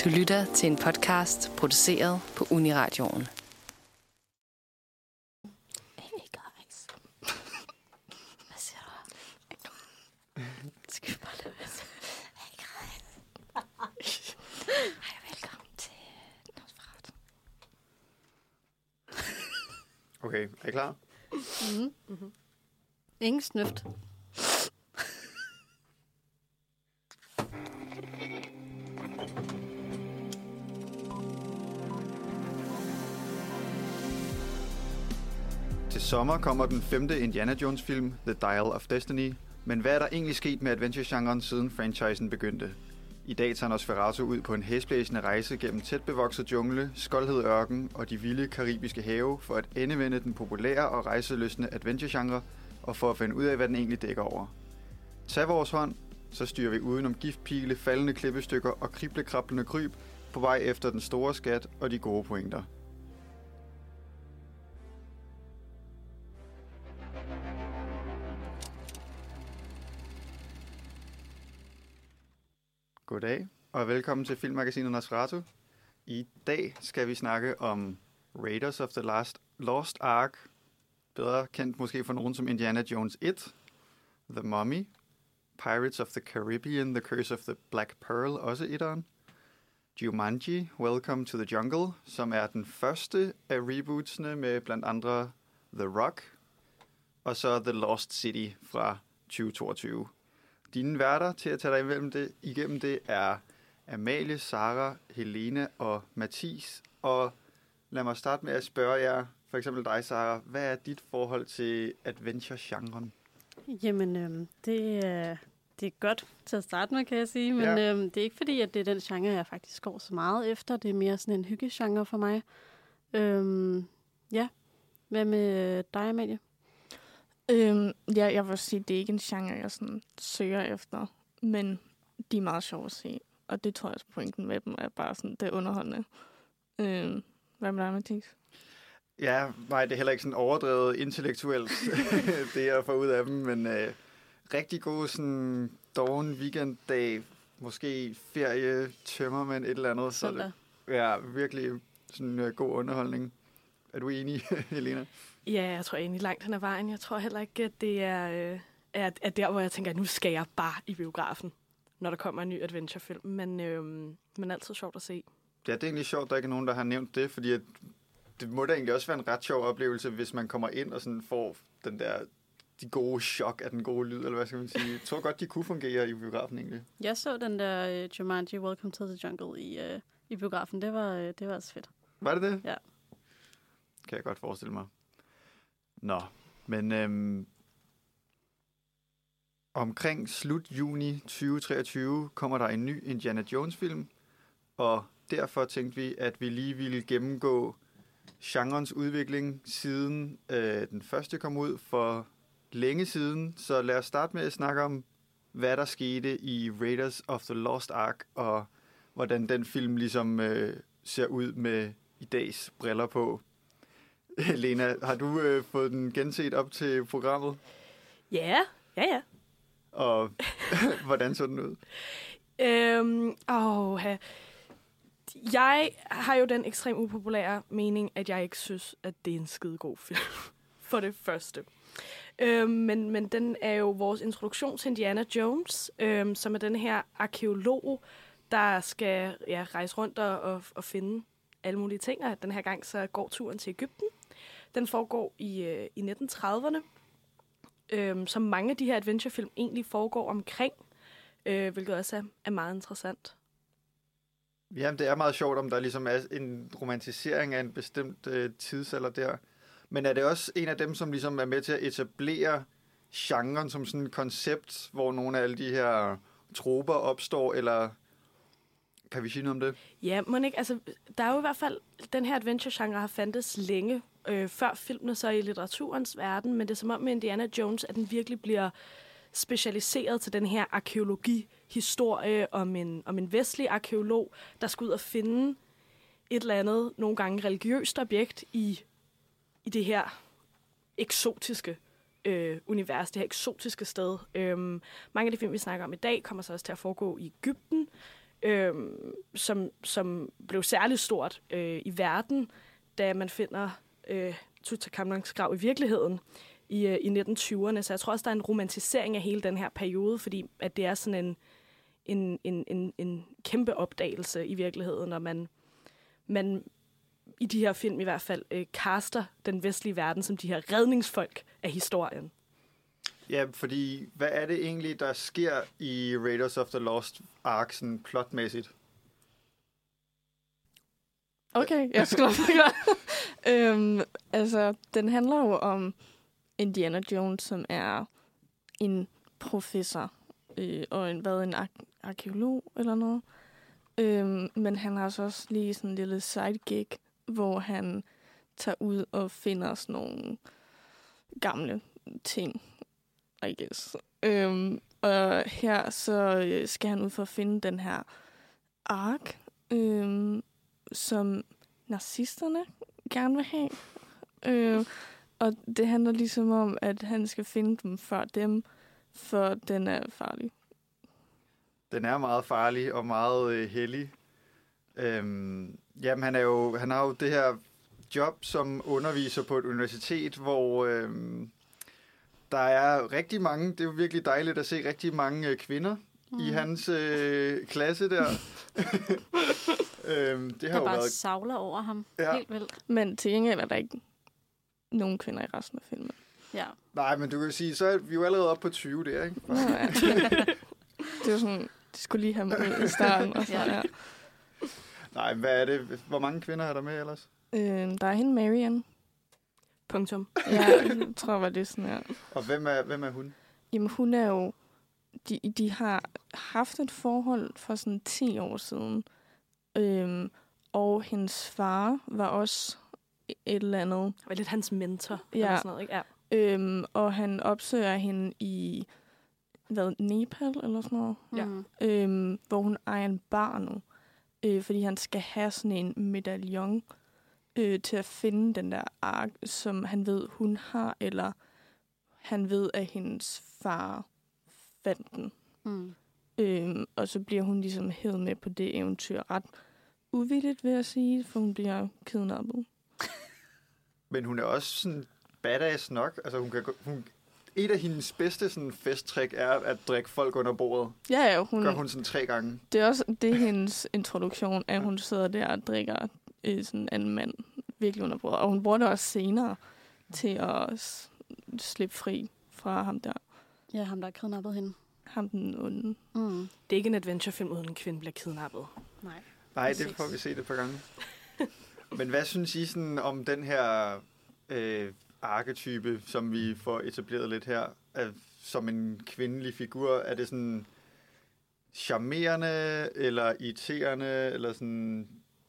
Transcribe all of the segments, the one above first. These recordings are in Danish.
Du lytter til en podcast produceret på Uniradioen. Hey guys. Hvad siger du? Skal vi bare lade være? Hey guys. Hej og velkommen til Nosferatu. Okay, er I klar? Mm-hmm. Ingen snøft. Til sommer kommer den 5. Indiana Jones-film, The Dial of Destiny. Men hvad er der egentlig sket med adventure-genren, siden franchisen begyndte? I dag tager Nosferatu ud på en hæsblæsende rejse gennem tæt bevokset jungle, skoldhed ørken og de vilde karibiske have for at endevende den populære og rejselystende adventure-genre og for at finde ud af, hvad den egentlig dækker over. Tag vores hånd, så styrer vi udenom giftpile, faldende klippestykker og krible-krablende kryb på vej efter den store skat og de gode pointer. Goddag, og velkommen til Filmmagasinet Nosferatu. I dag skal vi snakke om Raiders of the Lost Ark, bedre kendt måske for nogen som Indiana Jones 1, The Mummy, Pirates of the Caribbean, The Curse of the Black Pearl, også etteren, Jumanji, Welcome to the Jungle, som er den første af rebootsene med blandt andre The Rock, og så The Lost City fra 2022. Dine værter til at tage dig igennem det er Amalie, Sara, Helena og Mathis. Og lad mig starte med at spørge jer, for eksempel dig, Sara, hvad er dit forhold til adventure-genren? Jamen, det er godt til at starte med, kan jeg sige. Men det er ikke fordi, at det er den genre, jeg faktisk går så meget efter. Det er mere sådan en hyggegenre for mig. Ja, hvad med dig, Amalie? Ja, jeg vil sige, det er ikke en genre, jeg sådan søger efter, men de er meget sjove at se. Og det tror jeg også, pointen med dem er bare sådan, det er underholdende. Hvad med dig, Mathis? Ja, nej, det er heller ikke sådan overdrevet intellektuelt, det jeg får ud af dem, men rigtig god sådan doven weekenddag, måske ferie, tømmermænd, et eller andet. Så det, ja, virkelig sådan god underholdning. Er du enig, Helena? Ja, jeg tror egentlig langt hen ad vejen. Jeg tror heller ikke, at det er der, hvor jeg tænker, at nu skal jeg bare i biografen, når der kommer en ny adventurefilm. Men altid sjovt at se. Ja, det er egentlig sjovt, at der ikke er nogen, der har nævnt det, fordi det må da egentlig også være en ret sjov oplevelse, hvis man kommer ind og sådan får de gode chok af den gode lyd, eller hvad skal man sige. Jeg tror godt, de kunne fungere i biografen egentlig. Jeg så den der Jumanji, Welcome to the Jungle i biografen. Det var også fedt. Var det det? Ja. Kan jeg godt forestille mig. Nå, men omkring slut juni 2023 kommer der en ny Indiana Jones-film, og derfor tænkte vi, at vi lige ville gennemgå genrens udvikling siden den første kom ud for længe siden. Så lad os starte med at snakke om, hvad der skete i Raiders of the Lost Ark, og hvordan den film ligesom ser ud med i dags briller på. Lena, har du fået den genset op til programmet? Ja. Og hvordan så den ud? Jeg har jo den ekstremt upopulære mening, at jeg ikke synes, at det er en skide god film. For det første. Men den er jo vores introduktion til Indiana Jones, som er den her arkeolog, der skal rejse rundt og finde alle mulige ting. Og den her gang så går turen til Egypten. Den foregår i 1930'erne, som mange af de her adventurefilm egentlig foregår omkring, hvilket også er meget interessant. Ja, det er meget sjovt, om der ligesom er en romantisering af en bestemt tidsalder der. Men er det også en af dem, som ligesom er med til at etablere genren som sådan et koncept, hvor nogle af alle de her troper opstår, eller kan vi sige noget om det? Ja, Monique, altså der er jo i hvert fald, den her adventure-genre har fandtes længe, før filmene så i litteraturens verden, men det er som om med Indiana Jones, at den virkelig bliver specialiseret til den her arkeologihistorie om en vestlig arkeolog, der skal ud og finde et eller andet, nogle gange religiøst objekt i det her eksotiske univers, det her eksotiske sted. Mange af de film, vi snakker om i dag, kommer så også til at foregå i Egypten, som blev særligt stort i verden, da man finder Tutankhamons grav i virkeligheden i 1920'erne. Så jeg tror også, der er en romantisering af hele den her periode, fordi at det er sådan en kæmpe opdagelse i virkeligheden, når man i de her film i hvert fald caster den vestlige verden som de her redningsfolk af historien. Ja, fordi hvad er det egentlig, der sker i Raiders of the Lost Ark sådan plotmæssigt? Okay, jeg skal nok forklare. Altså, den handler jo om Indiana Jones, som er en professor og en arkeolog eller noget. Men han har så også lige sådan en lille sidekick, hvor han tager ud og finder sådan nogle gamle ting, I guess. Og her så skal han ud for at finde den her ark, som nazisterne gerne vil have. Og det handler ligesom om, at han skal finde dem før dem, for den er farlig. Den er meget farlig og meget hellig. Jamen, han har jo det her job som underviser på et universitet, hvor der er rigtig mange, det er jo virkelig dejligt at se rigtig mange kvinder i hans klasse der. Det har der jo bare været savler over ham. Ja. Helt vildt. Men til gengæld er der ikke nogen kvinder i resten af filmen. Ja. Nej, men du kan sige, så er vi jo allerede oppe på 20 der, ikke? Nå, ja. Det er jo sådan, de skulle lige have med i starten. Og så, ja. Nej, hvad er det? Hvor mange kvinder er der med ellers? Der er hende Marian. Punktum. Ja, jeg tror, var det sådan her. Og hvem er hun? Jamen, hun er jo... De har haft et forhold for sådan 10 år siden. Og hendes far var også et eller andet. Det var lidt hans mentor. Ja. Eller sådan noget, ikke? Ja. Og han opsøger hende i Nepal eller sådan noget. Ja. Hvor hun ejer en bar nu. Fordi han skal have sådan en medaljon til at finde den der ark, som han ved, hun har, eller han ved, at hendes far fandt den. Og så bliver hun ligesom hævet med på det eventyr. Ret uvilligt, vil jeg sige, for hun bliver kidnappet. Men hun er også sådan badass nok. Altså, et af hendes bedste sådan festtrik er at drikke folk under bordet. Ja, Gør hun sådan 3 gange. Det er også det er hendes introduktion, at hun sidder der og drikker sådan en anden mand virkelig under bordet. Og hun bruger det også senere til at slippe fri fra ham der. Ja, ham der har kidnappet hende. Ham den onde. Det er ikke en adventurefilm, uden en kvinde bliver kidnappet. Nej, det får vi se det par gange. Men hvad synes I sådan om den her arketype, som vi får etableret lidt her, som en kvindelig figur? Er det sådan charmerende, eller irriterende, eller sådan...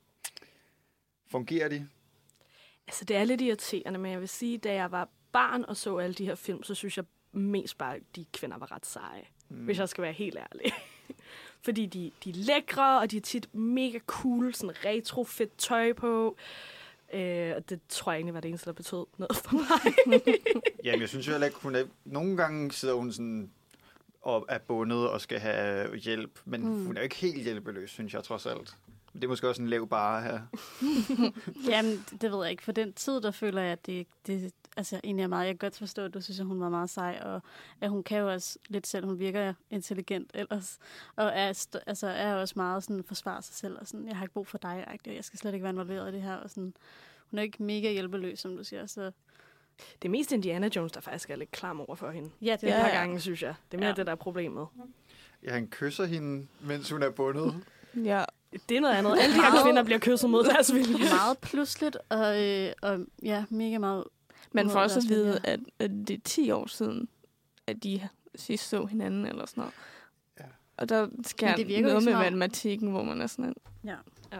Fungerer de? Altså, det er lidt irriterende, men jeg vil sige, da jeg var barn og så alle de her film, så synes jeg mest bare, at de kvinder var ret seje. Hvis jeg skal være helt ærlig. Fordi de er lækre, og de er tit mega cool, sådan retro fedt tøj på. Og det tror jeg egentlig var det eneste, der betød noget for mig. Jamen, jeg synes jo heller ikke, nogle gange sidder hun sådan og er bundet og skal have hjælp, men hun er jo ikke helt hjælpeløs, synes jeg trods alt. Det er måske også en lav barre her. Jamen, det ved jeg ikke. For den tid, der føler jeg, at det altså, egentlig er meget... Jeg kan godt forstå, at du synes, at hun var meget sej, og at hun kan jo også lidt selv. Hun virker intelligent ellers, og er også meget sådan forsvare sig selv, og sådan, jeg har ikke brug for dig, jeg skal slet ikke være involveret i det her, og sådan, hun er ikke mega hjælpeløs, som du siger, så... Det er mest Indiana Jones, der faktisk er lidt klam over for hende. Ja, det er et par gange, synes jeg. Det er mere det, der er problemet. Ja, han kysser hende, mens hun er bundet. Ja. Det er noget andet. Alle de her kvinder bliver kysset mod deres vilje. Meget pludseligt, og ja, mega meget... Man får også at vide, at det er 10 år siden, at de sidst så hinanden, eller sådan noget. Ja. Og der sker noget med matematikken, hvor man er sådan... Ja.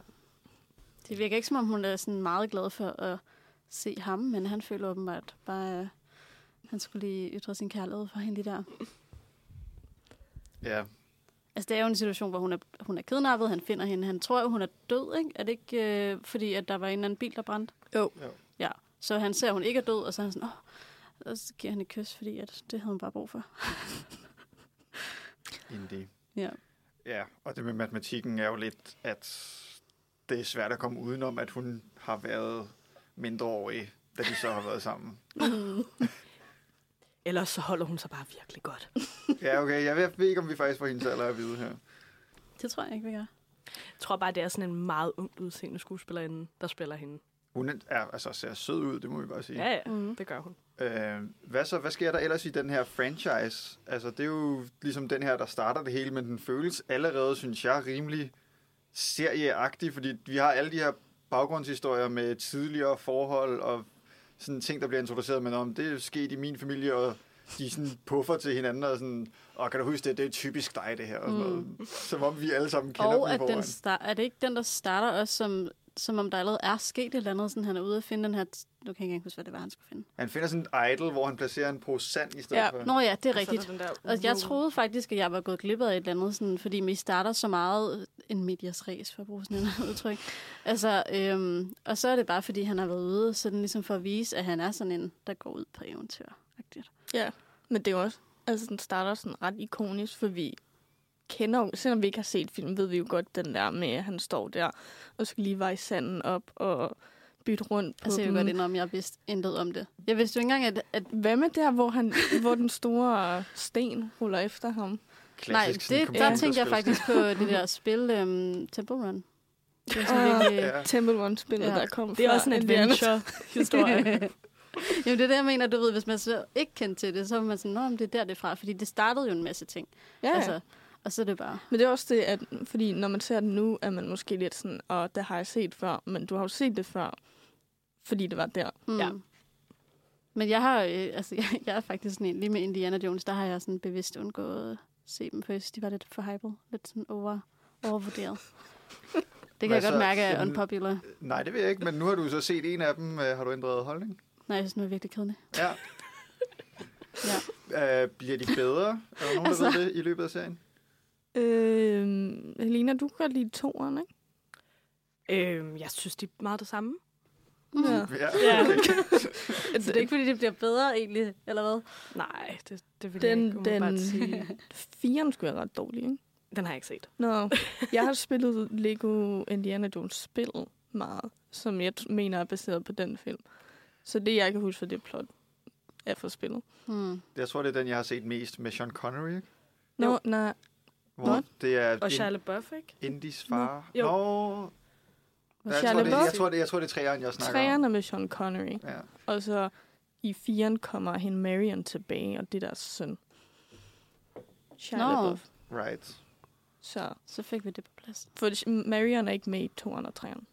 Det virker ikke, som om hun er sådan meget glad for at se ham, men han føler åbenbart bare, han skulle lige ytre sin kærlighed for hende lige der. Ja. Altså, det er jo en situation, hvor hun er kidnappet, han finder hende, han tror jo, hun er død, ikke? Er det ikke, fordi at der var en eller anden bil, der brændte? Jo. Ja, så han ser, at hun ikke er død, og så er han sådan, og så giver han et kys, fordi at det havde hun bare brug for. Indie. Ja. Ja, og det med matematikken er jo lidt, at det er svært at komme udenom, at hun har været mindreårig, da de så har været sammen. Ellers så holder hun sig bare virkelig godt. Ja, okay. Jeg ved ikke, om vi faktisk får hendes alder at vide her. Det tror jeg ikke, vi gør. Jeg tror bare, det er sådan en meget ungt udseende skuespillerinde, der spiller hende. Hun ser sød ud, det må vi bare sige. Ja, det gør hun. Hvad sker der ellers i den her franchise? Altså, det er jo ligesom den her, der starter det hele, men den føles allerede, synes jeg, rimelig serieagtig, fordi vi har alle de her baggrundshistorier med tidligere forhold og sådan ting, der bliver introduceret med, om det er sket i min familie, og de sådan puffer til hinanden, og sådan, kan du huske det, det er typisk dig, det her, og sådan noget. Som om vi alle sammen kender og dem i forvejen. Er det ikke den, der starter også som om der allerede er sket et eller andet, sådan han er ude at finde den her... Nu kan jeg ikke engang huske, hvad det var, han skulle finde. Han finder sådan en idol, hvor han placerer en pose sand i stedet for. Nå ja, det er rigtigt. Og Jeg troede faktisk, at jeg var gået glip af et eller andet, sådan, fordi vi starter så meget en medias res, for at bruge sådan en udtryk. Altså, og så er det bare, fordi han har været ude, sådan ligesom for at vise, at han er sådan en, der går ud på eventyr. Ja, men det er jo også... Altså, den starter sådan ret ikonisk, for vi kender jo... Selvom vi ikke har set filmen, ved vi jo godt den der med, at han står der og skal lige veje sanden op og bytte rundt på Altså, jeg dem. vil godt indrømme, jeg vidste intet om det. Jeg vidste jo ikke engang, at Hvad med der, hvor den store sten ruller efter ham? Klassisk, nej, der tænkte jeg faktisk på det der spil Temple Run. Det er sådan virkelig... Temple Run-spillet, der kom Det er fra også en Indiana. adventure-historie. Jamen, det er det, jeg mener, du ved, hvis man så ikke kendte til det, så er man sådan, men det er der, det er fra, fordi det startede jo en masse ting. Ja, Altså, og så er det bare... men det er også det, at fordi når man ser den nu, er man måske lidt sådan, det har jeg set før, men du har jo set det før, fordi det var der. Ja. Men jeg har, jeg er faktisk sådan en, lige med Indiana Jones, der har jeg sådan bevidst undgået at se dem først. De var lidt for hyped, lidt sådan overvurderet. Det kan jeg godt mærke er unpopular. Nej, det ved jeg ikke, men nu har du så set en af dem. Har du ændret holdning? Nej, jeg synes, nu er virkelig kedeligt. Ja. Ja. Bliver de bedre? Er der nogen, der ved det i løbet af serien? Helena, du kan godt lide toeren, ikke? Jeg synes, de er meget det samme. Mm. Ja. Ja. Okay. Så det er ikke, fordi det bliver bedre egentlig, eller hvad? Nej, det vil jeg ikke umiddelbart sige. 4'eren skulle være ret dårlig, ikke? Den har jeg ikke set. Nå, jeg har spillet Lego Indiana Jones spil meget, som jeg mener er baseret på den film. Så det, jeg kan huske for det plot, er for spillet. Jeg tror, det er den, jeg har set mest med Sean Connery, ikke? Nå, nej. Hvor det er Og Shia LaBeouf, ikke? Indis far. Jo. Nå. Jeg tror, det er træeren, jeg snakker om. Træerne med Sean Connery. Ja. Og så i 4'eren kommer hende Marion tilbage, og det er deres søn. Shia LaBeouf. Right. Så fik vi det på plads. for Marion er ikke med i 2'eren og 3'eren.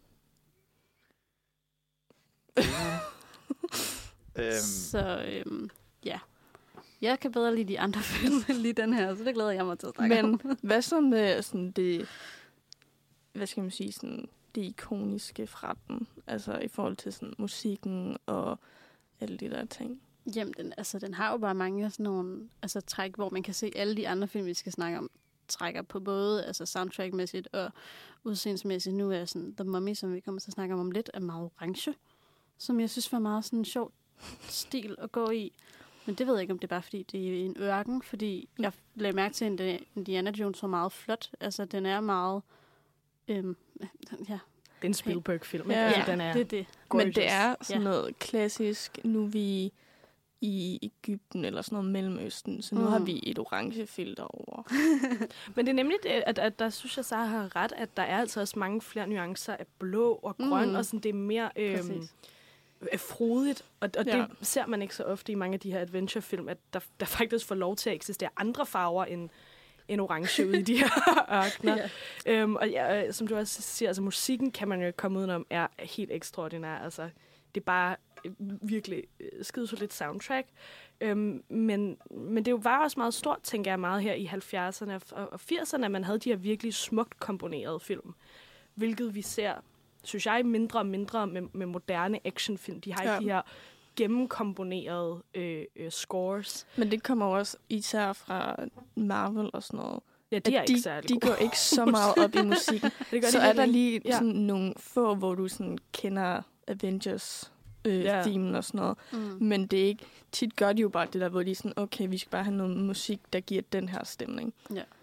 Ja. Jeg kan bedre lide de andre film end lige den her, så det glæder jeg mig til at snakke om. Men hvad så med sådan det, hvad skal man sige, sådan det ikoniske fra den? Altså i forhold til sådan musikken og alle de der ting. Jamen, den har jo bare mange sådan nogle træk, hvor man kan se alle de andre film, vi skal snakke om, trækker på både soundtrackmæssigt og udseendsmæssigt. Nu er sådan The Mummy, som vi kommer til at snakke om lidt, er meget orange, som jeg synes var meget sådan en sjov stil at gå i. Men det ved jeg ikke, om det er bare, fordi det er en ørken, fordi jeg lagde mærke til, at Indiana Jones var meget flot. Altså, den er meget... ja. Det er en Spielberg-film. Ja, altså, den er det er det. gorgeous. Men det er sådan noget klassisk, nu er vi i Egypten eller sådan noget Mellemøsten, så nu har vi et orange filter over. Men det er nemlig det, at der synes jeg, Sarah har ret, at der er altså også mange flere nuancer af blå og grøn, og sådan det er mere frodigt. Og det ser man ikke så ofte i mange af de her adventure-film, at der faktisk får lov til at eksistere andre farver end orange ude i de her ørkener. Og som du også siger, altså musikken kan man jo komme udenom, er helt ekstraordinær. Altså, det er bare virkelig skidesolidt soundtrack. Men det var også meget stort, tænker jeg meget her i 70'erne og 80'erne, at man havde de her virkelig smukt komponerede film. Hvilket vi ser, synes jeg, mindre og mindre med moderne actionfilm. De har ikke de her gennemkomponerede scores. Men det kommer jo også især fra Marvel og sådan noget. Ja, de er ikke særlig de går ikke så meget op i musikken. Det så er der lige sådan nogle få, hvor du sådan kender Avengers themen og sådan noget. Men det er ikke... Tit gør de jo bare det der, hvor de er sådan, okay, vi skal bare have noget musik, der giver den her stemning. Ja.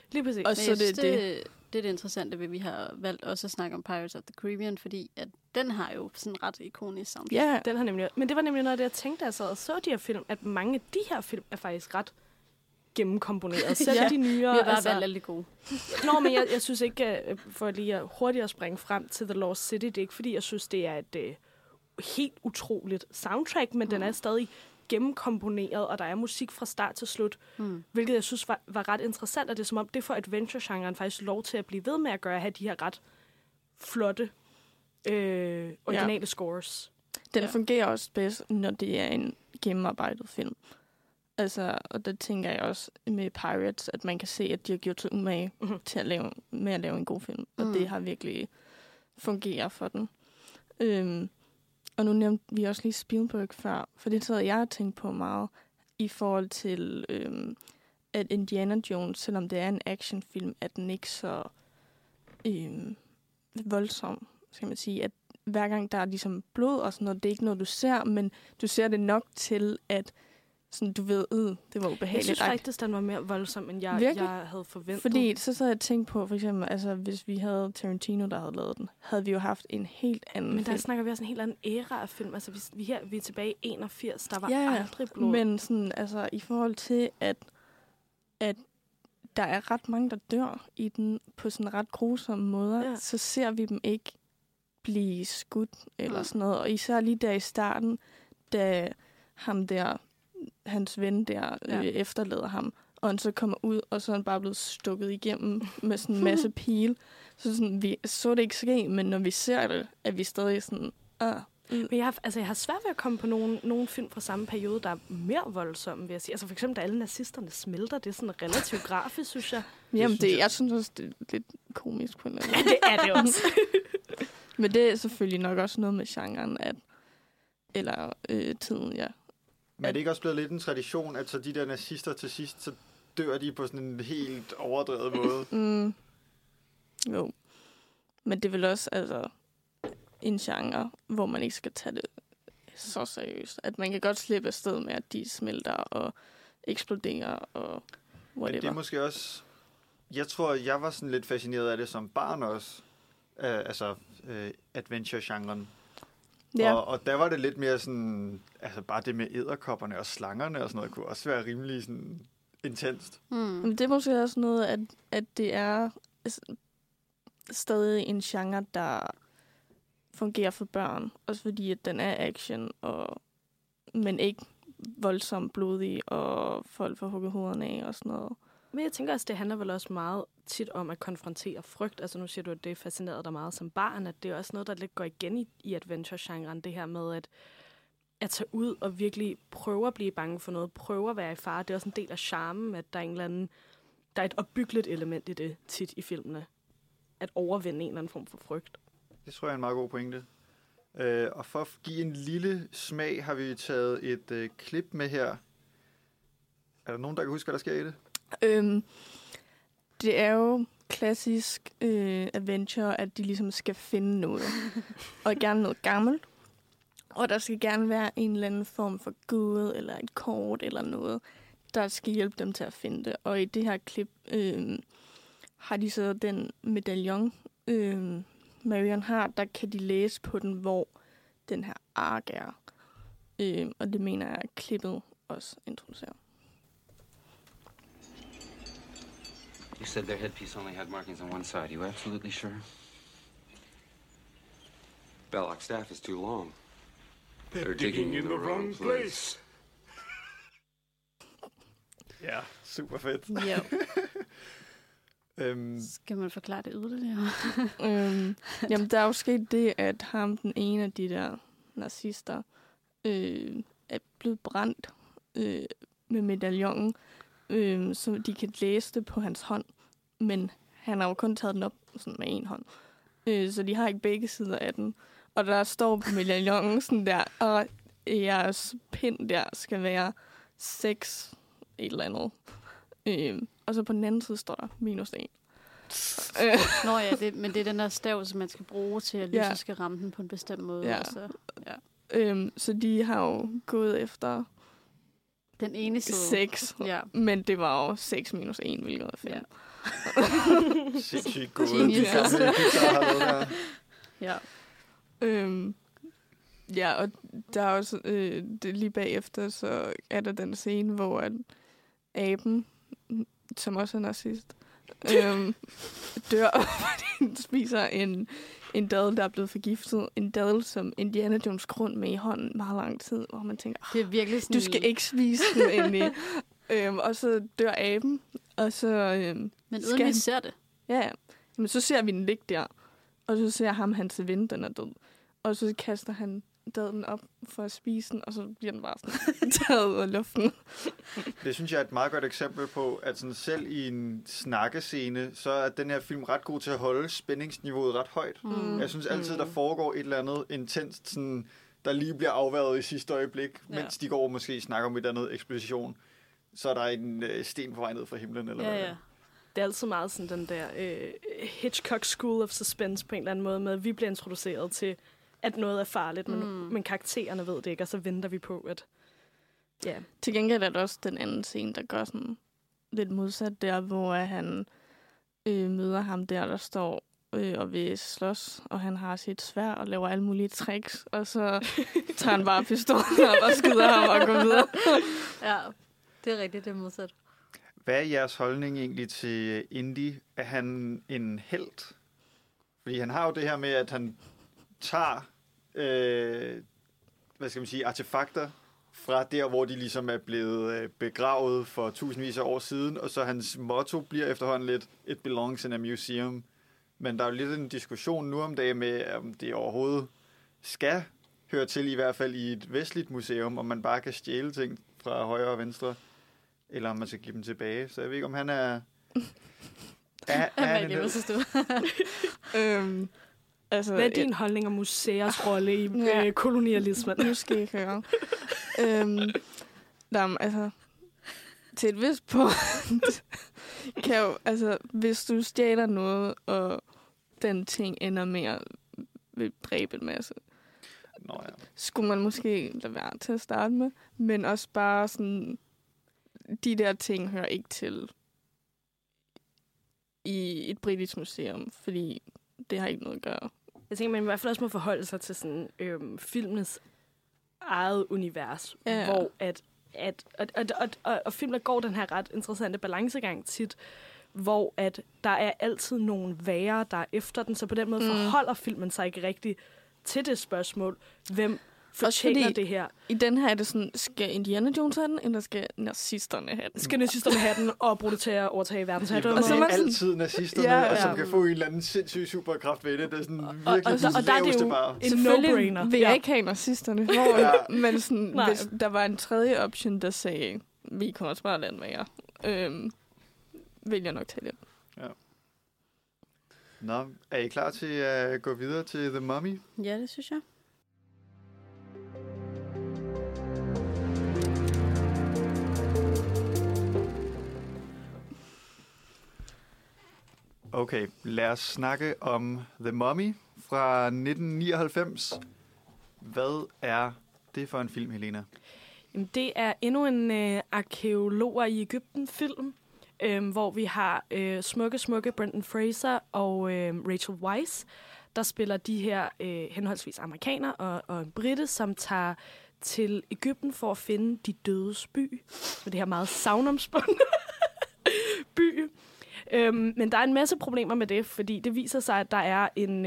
Lige præcis. Og Men så jeg synes, det. det er det interessante ved, at vi har valgt også at snakke om Pirates of the Caribbean, fordi at den har jo sådan ret ikonisk soundtrack. Ja, Den har nemlig, men det var nemlig noget af det, jeg tænkte, da jeg sad og så de her film, at mange af de her film er faktisk ret gennemkomponeret. Selv Ja, de nyere. Vi har bare valgt alle de gode. Nå, men jeg synes ikke, for lige at hurtigt springe frem til The Lost City, det er ikke, fordi jeg synes, det er et helt utroligt soundtrack, men den er stadig gennemkomponeret, og der er musik fra start til slut, hvilket jeg synes var ret interessant, og det er som om, det får adventure-genren faktisk lov til at blive ved med at gøre, at have de her ret flotte originale scores. Den fungerer også bedst, når det er en gennemarbejdet film. Altså, og der tænker jeg også med Pirates, at man kan se, at de har gjort sig umage til at lave en god film. Og det har virkelig fungeret for den. Og nu nævnte vi også lige Spielberg før, for det havde jeg tænkt på meget i forhold til, at Indiana Jones, selvom det er en actionfilm, er den ikke så voldsom, skal man sige. At hver gang der er ligesom blod og sådan noget, det er ikke noget, du ser, men du ser det nok til, at sådan, du ved, det var ubehageligt. Jeg synes faktisk, den var mere voldsom, end jeg havde forventet. Fordi så havde jeg tænkt på, for eksempel, altså, hvis vi havde Tarantino, der havde lavet den, havde vi jo haft en helt anden Men der film. snakker vi også en helt anden æra af film. Altså, vi er tilbage i 81, der var aldrig blod. Men sådan, altså, i forhold til, at der er ret mange, der dør i den på sådan ret grusomme måder, så ser vi dem ikke blive skudt eller sådan noget. Og især lige der i starten, da ham der, hans ven der, efterlader ham, og han så kommer ud, og så er han bare blevet stukket igennem med sådan en masse pile. Så sådan, vi så det ikke ske, men når vi ser det, er vi stadig sådan, Men jeg har svært ved at komme på nogle film fra samme periode, der er mere voldsomme, vil jeg sige. Altså for eksempel, da alle nazisterne smelter, det er sådan relativt grafisk, synes jeg. Jamen, jeg synes også, det er lidt komisk på en eller anden måde. Det er det også. Men det er selvfølgelig nok også noget med genren, eller tiden, ja. Men er det ikke også blevet lidt en tradition, at så de der nazister til sidst, så dør de på sådan en helt overdrevet måde? Jo. Men det er vel også altså en genre, hvor man ikke skal tage det så seriøst. At man kan godt slippe afsted med, at de smelter og eksploderer og whatever. Men det er måske også... Jeg tror, jeg var sådan lidt fascineret af det som barn også. Adventure-genren. Ja. Og der var det lidt mere sådan... Altså bare det med edderkopperne og slangerne og sådan noget, kunne også være rimelig sådan intenst. Men det er måske også noget, at det er stadig en genre, der fungerer for børn. Også fordi, at den er action, men ikke voldsomt blodig, og folk får hugget hovederne af og sådan noget. Men jeg tænker også, det handler vel også meget tit om at konfrontere frygt. Altså nu siger du, at det fascinerede dig meget som barn, at det er også noget, der lidt går igen i adventure-genren. Det her med at tage ud og virkelig prøve at blive bange for noget, prøve at være i fare. Det er også en del af charmen, at der er et opbyggeligt element i det tit i filmene. At overvinde en eller anden form for frygt. Det tror jeg er en meget god pointe. Og for at give en lille smag, har vi taget et klip med her. Er der nogen, der kan huske, hvad der sker i det? Det er jo klassisk adventure, at de ligesom skal finde noget. Og gerne noget gammelt. Og der skal gerne være en eller anden form for gud, eller et kort, eller noget, der skal hjælpe dem til at finde det. Og i det her klip har de så den medaljon, Marion har, der kan de læse på den, hvor den her ark er. Og det mener jeg, at klippet også introducerer. You said their headpiece only had markings on one side. Are you absolutely sure? Belloc's staff is too long. They're digging in the wrong place. Ja, super fedt. Ja. Skal man forklare det yderligere? Jamen, der er jo sket det, at ham, den ene af de der nazister, er blevet brændt med medaljongen, så de kan læse det på hans hånd. Men han har jo kun taget den op sådan med en hånd. Så de har ikke begge sider af den. Og der står på medaljongen sådan der, og jeres pind der skal være 6 et eller andet. Og så på den anden side står der -1. Nå ja, men det er den der stav, som man skal bruge til, at lyset skal ramme den på en bestemt måde. Ja. Så, så de har jo gået efter den ene side. 6, men det var jo 6 - 1, hvilket er 5. Sindssygt gået. Genius. De gamle Pixar har lavet der. Ja. Ja, og der er også det lige bagefter, så er der den scene, hvor at aben, som også er narcissist, dør, fordi den spiser en dadel, der er blevet forgiftet. En dadel, som Indiana Jones går rundt med i hånden meget lang tid, hvor man tænker, Det er virkelig sådan... du skal ikke spise den endelig. Og så dør aben, og så... Men uden vi ser det. Ja, men så ser vi den ligge der, og så ser ham, hans ven, den er død. Og så kaster han dadlen op for at spise den, og så bliver den bare sådan taget ud af luften. Det synes jeg er et meget godt eksempel på, at sådan selv i en snakkescene, så er den her film ret god til at holde spændingsniveauet ret højt. Jeg synes altid, der foregår et eller andet intenst, sådan, der lige bliver afværget i sidste øjeblik, mens de går og måske snakker om et eller andet eksposition. Så er der en sten på vej ned fra himlen, eller hvad? Ja. Det er altid meget sådan den der Hitchcock School of Suspense på en eller anden måde, med at vi bliver introduceret til, at noget er farligt, men karaktererne ved det ikke, og så venter vi på, at... Ja. Til gengæld er der også den anden scene, der gør sådan lidt modsat der, hvor han møder ham der står og vil slås, og han har sit sværd og laver alle mulige tricks, og så tager han bare pistolen op og skyder ham og går videre. Ja, det er rigtigt, det er modsat. Hvad er jeres holdning egentlig til Indy? Er han en helt? Fordi han har jo det her med, at han tager artefakter fra der, hvor de ligesom er blevet begravet for tusindvis af år siden, og så hans motto bliver efterhånden lidt, it belongs in a museum. Men der er jo lidt en diskussion nu om dagen med, om det overhovedet skal høre til, i hvert fald i et vestligt museum, om man bare kan stjæle ting fra højre og venstre, eller om man skal give dem tilbage. Så jeg ved ikke, om han er... Altså, hvad er din holdning om museers rolle i kolonialismen? Nu skal I høre. Altså, til et vist punkt kan jo, altså, hvis du stjæler noget, og den ting ender med at dræbe en masse, skulle man måske lade være til at starte med, men også bare sådan, de der ting hører ikke til i et britisk museum, fordi det har ikke noget at gøre. Jeg tænker, man i hvert fald også må forholde sig til sådan filmens eget univers, hvor og filmen går den her ret interessante balancegang tit, hvor at der er altid nogle værer, der er efter den, så på den måde forholder filmen sig ikke rigtigt til det spørgsmål, hvem fortjener det her. I den her er det sådan, skal Indiana Jones have den, eller skal nazisterne have den? Skal nazisterne have den og bruge det til at overtage verdensherredømmet? Og så er altid nazisterne, og som kan få en eller anden sindssyg superkraft ved det. Det er sådan virkelig og der er det jo bare. en no-brainer. Vil jeg ikke have nazisterne, men sådan, hvis der var en tredje option, der sagde, vi kommer også bare at lade være, vil jeg nok tage det. Ja. Nå, er I klar til at gå videre til The Mummy? Ja, det synes jeg. Okay, lad os snakke om The Mummy fra 1999. Hvad er det for en film, Helena? Jamen, det er endnu en arkeologer i Egypten-film, hvor vi har smukke Brendan Fraser og Rachel Weisz, der spiller de her henholdsvis amerikaner og en brite, som tager til Egypten for at finde de dødes by. Med det her meget savnomspundne by. Men der er en masse problemer med det, fordi det viser sig, at der er en...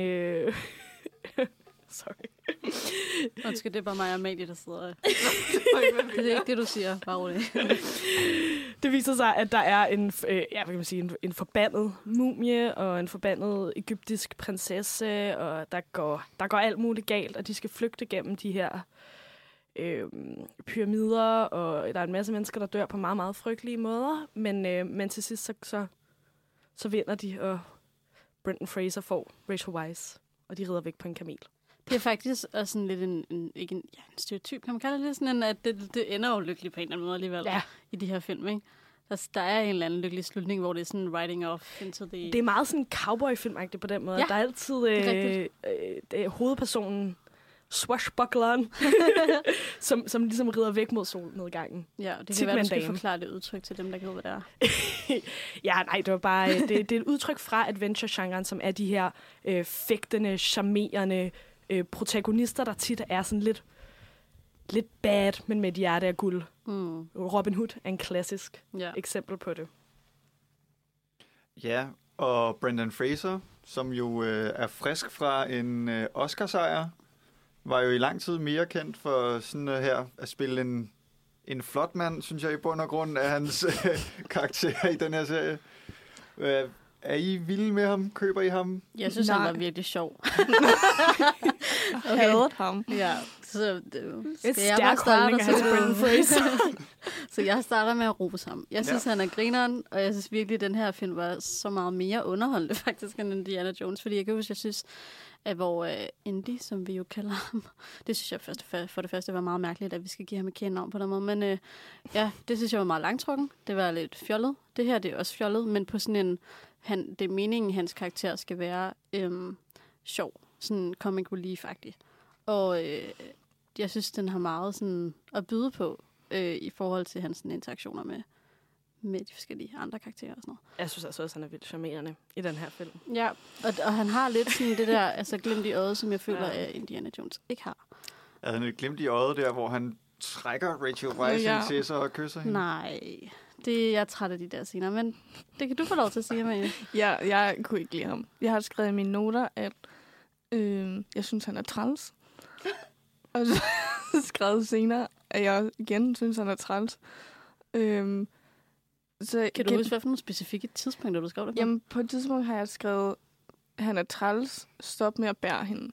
Sorry. Undskyld, det er bare mig og Amalie, der sidder. Det er ikke det, du siger. Bare roligt. Det viser sig, at der er en forbandet mumie og en forbandet egyptisk prinsesse, og der går alt muligt galt, og de skal flygte gennem de her pyramider, og der er en masse mennesker, der dør på meget, meget frygtelige måder, men til sidst så vinder de, og Brendan Fraser får Rachel Weisz, og de rider væk på en kamel. Det er faktisk også sådan lidt en stereotyp, kan man kalde det, sådan at det ender jo lykkeligt på en eller anden måde alligevel i de her film, ikke? Der er en eller anden lykkelig slutning, hvor det er sådan writing off into the... Det er meget sådan cowboy-filmagtigt på den måde. Ja, der er altid hovedpersonen swashbuckleren, som ligesom rider væk mod solnedgangen. Ja, det kan være, du skal forklare det udtryk til dem, der kan vide, hvad det er. Ja, nej, det var bare... det er et udtryk fra adventure-genren, som er de her fægtende, charmerende protagonister, der tit er sådan lidt bad, men med et hjerte af guld. Robin Hood er en klassisk eksempel på det. Ja, og Brendan Fraser, som jo er frisk fra en Oscar-sejr, var jo i lang tid mere kendt for sådan her at spille en flot mand, synes jeg i bund og grund af hans karakter i den her serie. Er I vilde med ham? Køber I ham? Jeg synes, han var virkelig sjov. Jeg hader ham. Ja, så et stærk holdning til Brendan Fraser. Så jeg starter med at rose ham. Jeg synes, han er grineren, og jeg synes virkelig, at den her film var så meget mere underholdende faktisk end Indiana Jones, fordi jeg kan huske, jeg synes, at hvor Indy, som vi jo kalder ham, det synes jeg for det første var meget mærkeligt, at vi skal give ham et kendenavn på den måde, men ja, det synes jeg var meget langtrukken. Det var lidt fjollet. Det her, det er også fjollet, men på sådan en, det er meningen, hans karakter skal være sjov, sådan comic relief-agtig. Og jeg synes, den har meget sådan at byde på i forhold til hans interaktioner med de forskellige andre karakterer og sådan noget. Jeg synes altså også, han er vildt charmerende i den her film. Ja, og han har lidt sådan det der, altså glimt i øjet, som jeg føler, at Indiana Jones ikke har. Er han glimt i øjet der, hvor han trækker Rachel Weisz til sig og kysser hende? Nej, jeg er træt af de der scener, men det kan du få lov til at sige, Amalie. Ja, jeg kunne ikke lide ham. Jeg har skrevet i mine noter, at jeg synes, han er træls. Og så skrevet senere, at jeg igen synes, han er træls. Så kan du huske, hvad for nogle specifikke tidspunkter, du skrev det på? Jamen, på et tidspunkt har jeg skrevet, han er træls, stop med at bære hende.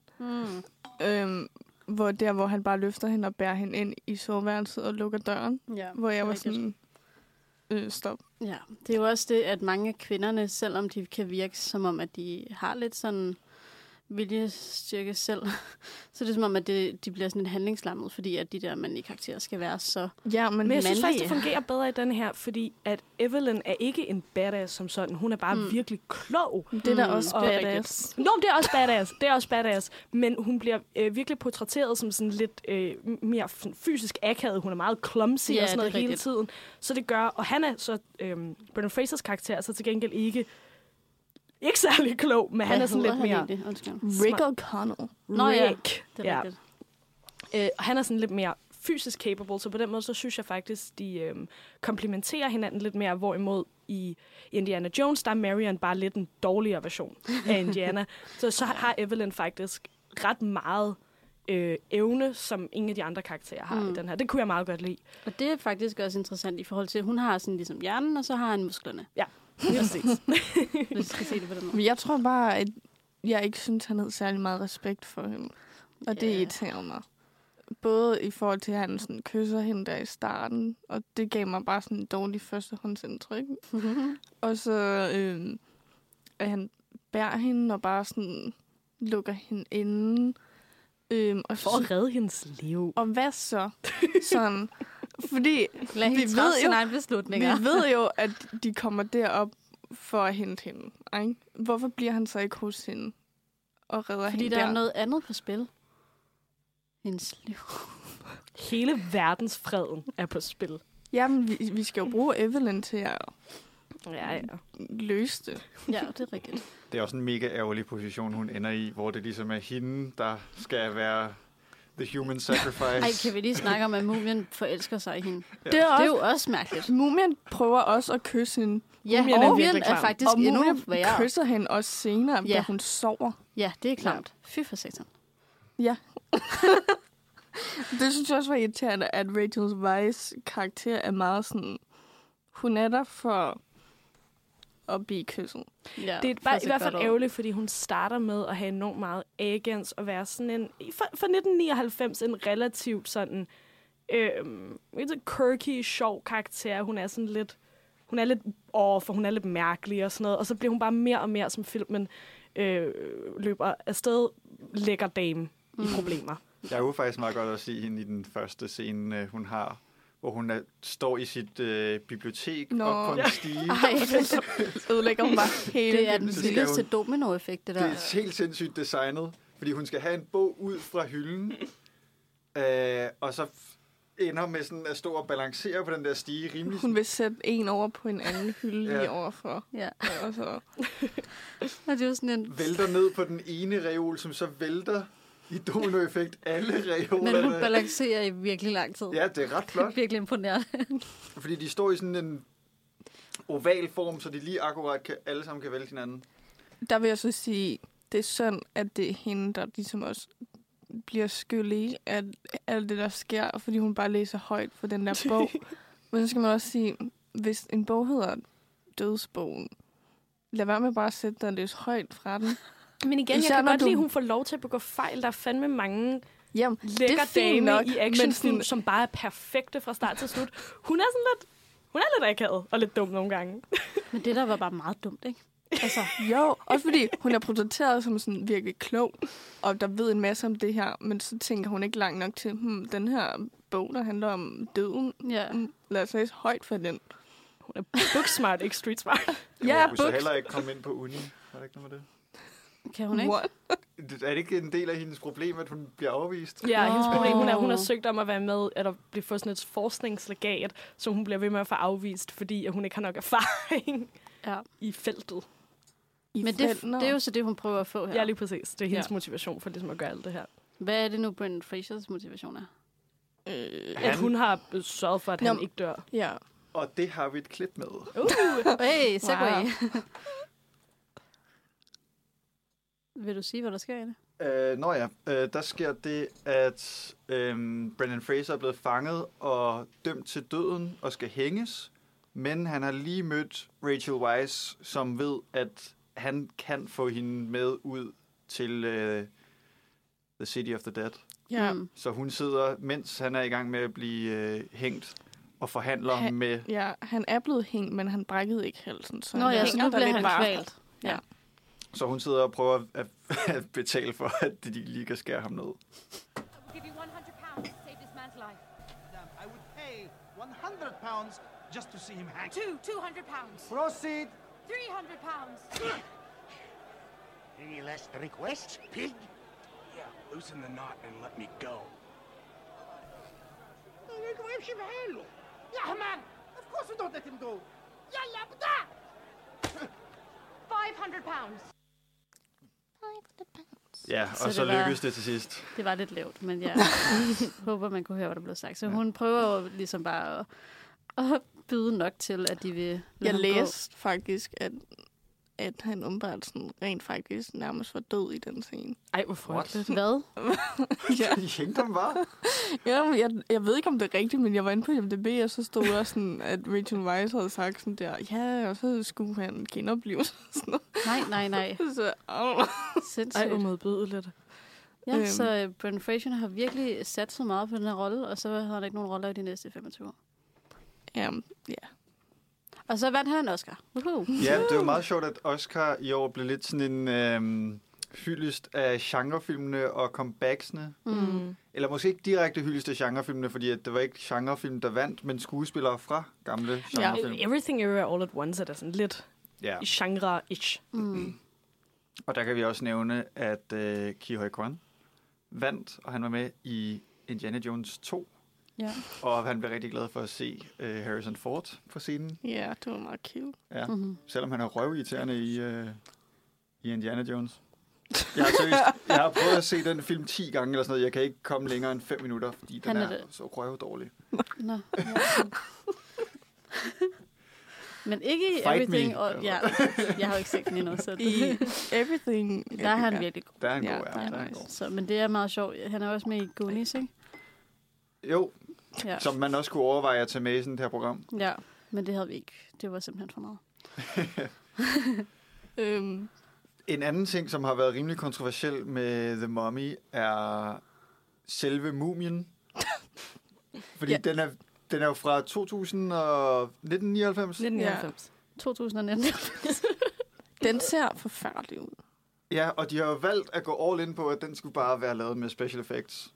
Hvor han bare løfter hende og bærer hende ind i soveværelset og lukker døren. Ja, hvor jeg var sådan, stop. Ja, det er jo også det, at mange af kvinderne, selvom de kan virke som om, at de har lidt sådan viljestyrke selv, så det er som om, at de bliver sådan lidt handlingslammet, fordi at de der mandlige karakterer skal være så men jeg synes faktisk, det fungerer bedre i den her, fordi at Evelyn er ikke en badass som sådan. Hun er bare virkelig klog. Det er da også badass. Det er også badass. Det er også badass. Men hun bliver virkelig portrætteret som sådan lidt mere fysisk akavet. Hun er meget clumsy og sådan noget hele tiden. Så det gør, og han er så Brendan Frasers karakter, så til gengæld ikke særlig klog, men han er sådan lidt mere... Rick O'Connell. Nå ja, det er rigtigt. Og han er sådan lidt mere fysisk capable, så på den måde, så synes jeg faktisk, de komplementerer hinanden lidt mere, hvorimod i Indiana Jones, der er Marion bare lidt en dårligere version af Indiana. så har Evelyn faktisk ret meget evne, som ingen af de andre karakterer har i den her. Det kunne jeg meget godt lide. Og det er faktisk også interessant i forhold til, at hun har sådan ligesom hjernen, og så har han musklerne. Ja. Præcis. Hvis skal se det på den måde. Men jeg tror bare, at jeg ikke synes, han havde særlig meget respekt for hende. Og det irriterer mig. Både i forhold til, at han sådan kysser hende der i starten, og det gav mig bare sådan en dårlig førstehåndsindtryk. Og så at han bærer hende og bare sådan lukker hende inde. Og for at redde hendes liv. Og hvad så? Sådan... Fordi vi ved jo, at de kommer derop for at hente hende. Ikke? Hvorfor bliver han så ikke hos hende og redder hende der? Fordi der er noget andet på spil. Hendes liv. Hele verdensfreden er på spil. Jamen, vi skal jo bruge Evelyn til at løse det. Ja, det er rigtigt. Det er også en mega ærgerlig position, hun ender i, hvor det ligesom er hende, der skal være... The human sacrifice. Ej, kan vi lige snakke om, at Mumien forelsker sig i hende? Ja. Det er jo også mærkeligt. Mumien prøver også at kysse hende. Ja, Mumien er faktisk endnu værre. Og kysser hende også senere, da hun sover. Ja, det er klart. Fy for satan. Ja. Det synes jeg også var irriterende, at Rachel Weisz karakter er meget sådan... Hun er der for at blive kysset. Ja, det er bare i hvert fald ærgerligt, fordi hun starter med at have enormt meget agens og være sådan en... For 1999 en relativt sådan... quirky, sjov karakter. Hun er sådan lidt... Hun er lidt for hun er lidt mærkelig og sådan noget. Og så bliver hun bare mere og mere, som filmen løber afsted, lækker dame i problemer. Jeg kunne faktisk meget godt at se hende i den første scene, hun har, hvor hun står i sit bibliotek op på en stige. Ødelægger hun bare hele. Det er den vildeste domino-effekt, det der. Det er helt sindssygt designet. fordi hun skal have en bog ud fra hylden, og så ender med sådan at stå og balancere på den der stige rimelig. Hun vil sætte en over på en anden hylde lige overfor. Ja. Og så Og det er jo sådan en... Vælter ned på den ene reol, som så vælter i dominoeffekt alle reolerne. Men hun balancerer i virkelig lang tid. Ja, det er ret flot. Virkelig imponerende. Fordi de står i sådan en oval form, så de lige akkurat alle sammen kan vælge hinanden. der vil jeg så sige, det er synd, at det er hende, der ligesom også bliver skyldig af alt det, der sker, fordi hun bare læser højt for den der bog. Men så skal man også sige, hvis en bog hedder Dødsbogen, lad være med bare at sætte dig og læse højt fra den. Men igen, Især jeg kan når godt lide, du- at hun får lov til at begå fejl. Der er fandme mange Jamen, lækker fint damer nok, i men actionfilm, sådan- som bare er perfekte fra start til slut. Hun er lidt akavet og lidt dum nogle gange. Men det der var bare meget dumt, ikke? Altså, Jo, også fordi hun er portrætteret som sådan virkelig klog, og der ved en masse om det her, men så tænker hun ikke langt nok til, den her bog, der handler om døden, ja. lad os læse højt for den. Hun er booksmart, ikke street smart. Ja, hun så heller ikke komme ind på uni. Var det ikke noget med det? Kan hun ikke? What? Er det ikke en del af hendes problem, at hun bliver afvist? Ja, hendes problem, hun har Åh. søgt om at være med, eller blive få sådan et forskningslegat, så hun bliver ved med at få afvist, fordi at hun ikke har nok erfaring Ja. i feltet. Men det er jo så det, hun prøver at få her. Ja, lige præcis. Det er hendes Ja. motivation for ligesom at gøre alt det her. Hvad er det nu, Brendan Frasers motivation er? At hun har sørget for, at han ikke dør. Ja. Og det har vi et klip med. Hey, segway. Wow. Vil du sige, hvad der sker i det? Der sker det, at Brendan Fraser er blevet fanget og dømt til døden og skal hænges, men han har lige mødt Rachel Weisz, som ved, at han kan få hende med ud til The City of the Dead. Ja. Så hun sidder, mens han er i gang med at blive hængt, og forhandler med... Ja, han er blevet hængt, men han brækkede ikke halsen. Så Nå ja, så nu der bliver lidt han bare. kvalt. Ja. Så hun sidder og prøver at betale for, at de lige kan skære ham ned. I'll give you 100 pounds to save this man's life. Madam, I would pay 100 pounds just to see him hang. 200 pounds. Proceed. 300 pounds. Any last requests, pig? Yeah, loosen the knot and let me go. Yeah, man. Of course we don't let him go. 500 pounds. Ja, Så og så det var- lykkedes det til sidst. Det var lidt lavt, men jeg håber, man kunne høre, hvad der blev sagt. Så hun prøver jo ligesom bare at byde nok til, at de vil lade Jeg ham læste faktisk, at han umiddelbart sådan rent faktisk nærmest var død i den scene. Ej, hvor frygteligt. gå. Hvad? Ja. De hængte ham bare. Ja, jeg ved ikke, om det er rigtigt, men jeg var inde på IMDb, og så stod der sådan, at Rachel Weisz havde sagt sådan der, ja, og så skulle han genopleves. Nej. Så, Sindssygt. Ej, hvor modbydeligt. Ja, så Brendan Fraser har virkelig sat så meget på den her rolle, og så har han ikke nogen roller i de næste 25 år. ja. Og så vandt han en Oscar. Woohoo. Ja, det er jo meget sjovt, at Oscar i år blev lidt sådan en hyldest af genrefilmene og comebacksene. Eller måske ikke direkte hyldest af genrefilmene, fordi at det var ikke genrefilm, der vandt, men skuespillere fra gamle genrefilm. Everything Everywhere All at Once er da sådan lidt Ja. genre-ish. Og der kan vi også nævne, at Ke Huy Quan vandt, og han var med i Indiana Jones 2. Ja. Og han blev rigtig glad for at se Harrison Ford på scenen. Ja, det var meget cute. Ja. Mm-hmm. Selvom han er røvirriterende i Indiana Jones. Jeg har prøvet at se den film 10 gange eller sådan noget. Jeg kan ikke komme længere end 5 minutter, fordi den er så røvdårlig. Nå. Ja. Men ikke i Fight Everything. me. Og, ja, jeg har jo ikke set den endnu, så I Everything. der er han virkelig god. Der er han god, Ja, ja. der er Der er han nice. god. Så, men det er meget sjovt. Han er også med i Goonies, ikke? Jo, Ja. som man også kunne overveje at tage med i sådan et her program. Ja, men det havde vi ikke. Det var simpelthen for meget. En anden ting, som har været rimelig kontroversiel med The Mummy, er selve mumien. Fordi Ja. den er jo fra 1999. 1999. 2019. Den ser forfærdelig ud. Ja, og de har jo valgt at gå all in på, at den skulle bare være lavet med special effects.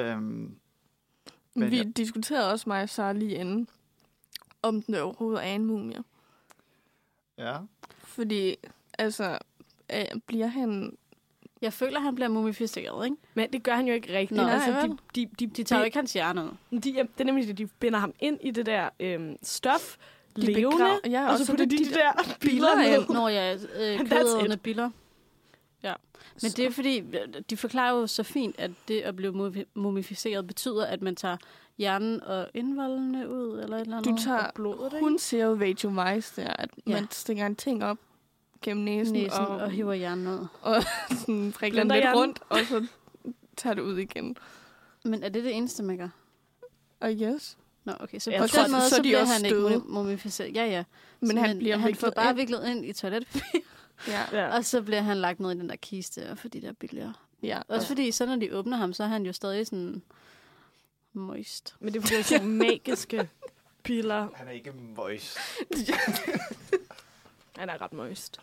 Men Vi ja. diskuterede også mig og Sarah lige inden, om den overhovedet er en mumie. Ja. Fordi, altså, bliver han Jeg føler, han bliver mumificeret, ikke? Men det gør han jo ikke rigtigt. Nå, Altså, de tager jo ikke hans hjerne ud. Det er nemlig det, de binder ham ind i det der stof, De levende, begraver- ja, og så putter de der biller ned. Når jeg kødædende biller. Ja. Men det er fordi, de forklarer jo så fint, at det at blive mumificeret betyder, at man tager hjernen og indvoldene ud, eller et eller andet. Du tager blodet, ikke? Hun siger jo Rachel Weisz der, at man stikker en ting op gennem næsen og hiver hjernen ud. Og sådan vrikker den lidt rundt, og så tager det ud igen. Men er det det eneste, man gør? Yes. Nå, okay. Så jeg på tror, den måde, så så de bliver også han ikke støde. mumificeret. Ja. Men han bliver han får viklet bare ind. viklet ind i toiletpapir. Ja. Og så bliver han lagt ned i den der kiste og for de der billeder. Ja. Også fordi, så når de åbner ham, så er han jo stadig sådan moist. Men det er fordi, det er sådan magiske piller. Han er ikke moist. Han er ret moist.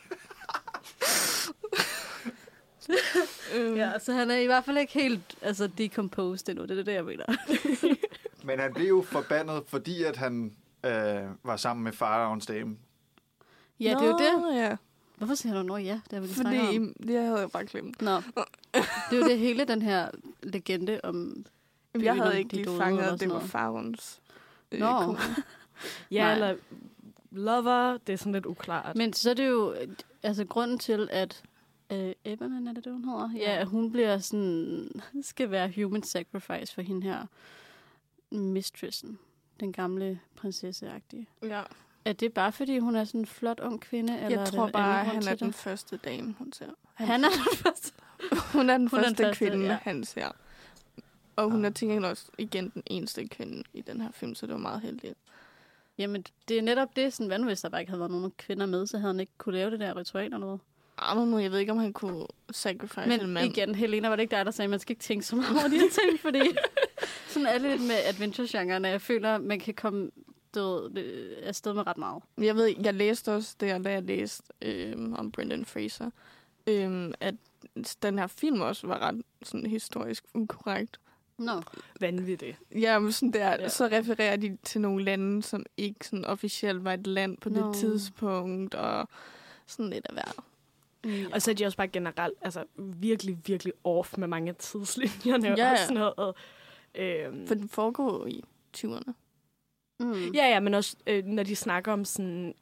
Ja, så han er i hvert fald ikke helt decomposed endnu. Det er det, jeg mener. Men han blev jo forbandet, fordi at han var sammen med faraons dame. Ja, det er jo det. Ja. Hvorfor siger du noget? Ja, det er vi snakker om. Fordi det havde jeg bare glemt. Nå. Det er jo det hele, den her legende om... Jeg havde ikke de lige døde fanget, eller at det sådan var noget. farvens Nå. Ja, Nej. eller lover, det er sådan lidt uklart. Men så er det jo grunden til, at Eberman, er det hun hedder? Ja, hun bliver sådan, skal være human sacrifice for hende her mistressen, den gamle prinsesse-agtige. Ja. Er det bare, fordi hun er sådan en flot ung kvinde? Eller Jeg tror bare, at han er den første dame, hun ser. Han er den første? Hun er den første første, kvinde, ja. han ser. Og hun er til gengæld også igen den eneste kvinde i den her film, så det var meget heldigt. Jamen, det er netop det. Sådan, hvad nu, hvis der bare ikke havde været nogen kvinder med, så havde han ikke kunne lave det der ritual eller noget. Jeg ved ikke, om han kunne sacrifice en Men mand. igen, Helena, var det ikke dig, der sagde, at man skal ikke tænke så meget over de her ting, fordi sådan er det lidt med adventure-genrerne. Jeg føler, man kan komme afsted med ret meget. Jeg læste også det, da jeg læste om Brendan Fraser, at den her film også var ret sådan, historisk ukorrekt. Nå. Vanvittigt. Ja, men sådan der, så refererer de til nogle lande, som ikke sådan officielt var et land på det tidspunkt, og sådan lidt af hver. Og så er de også bare generelt virkelig, virkelig off med mange af tidslinjerne Ja. og sådan noget. For den foregår i 20'erne. Ja, men også når de snakker om sådan,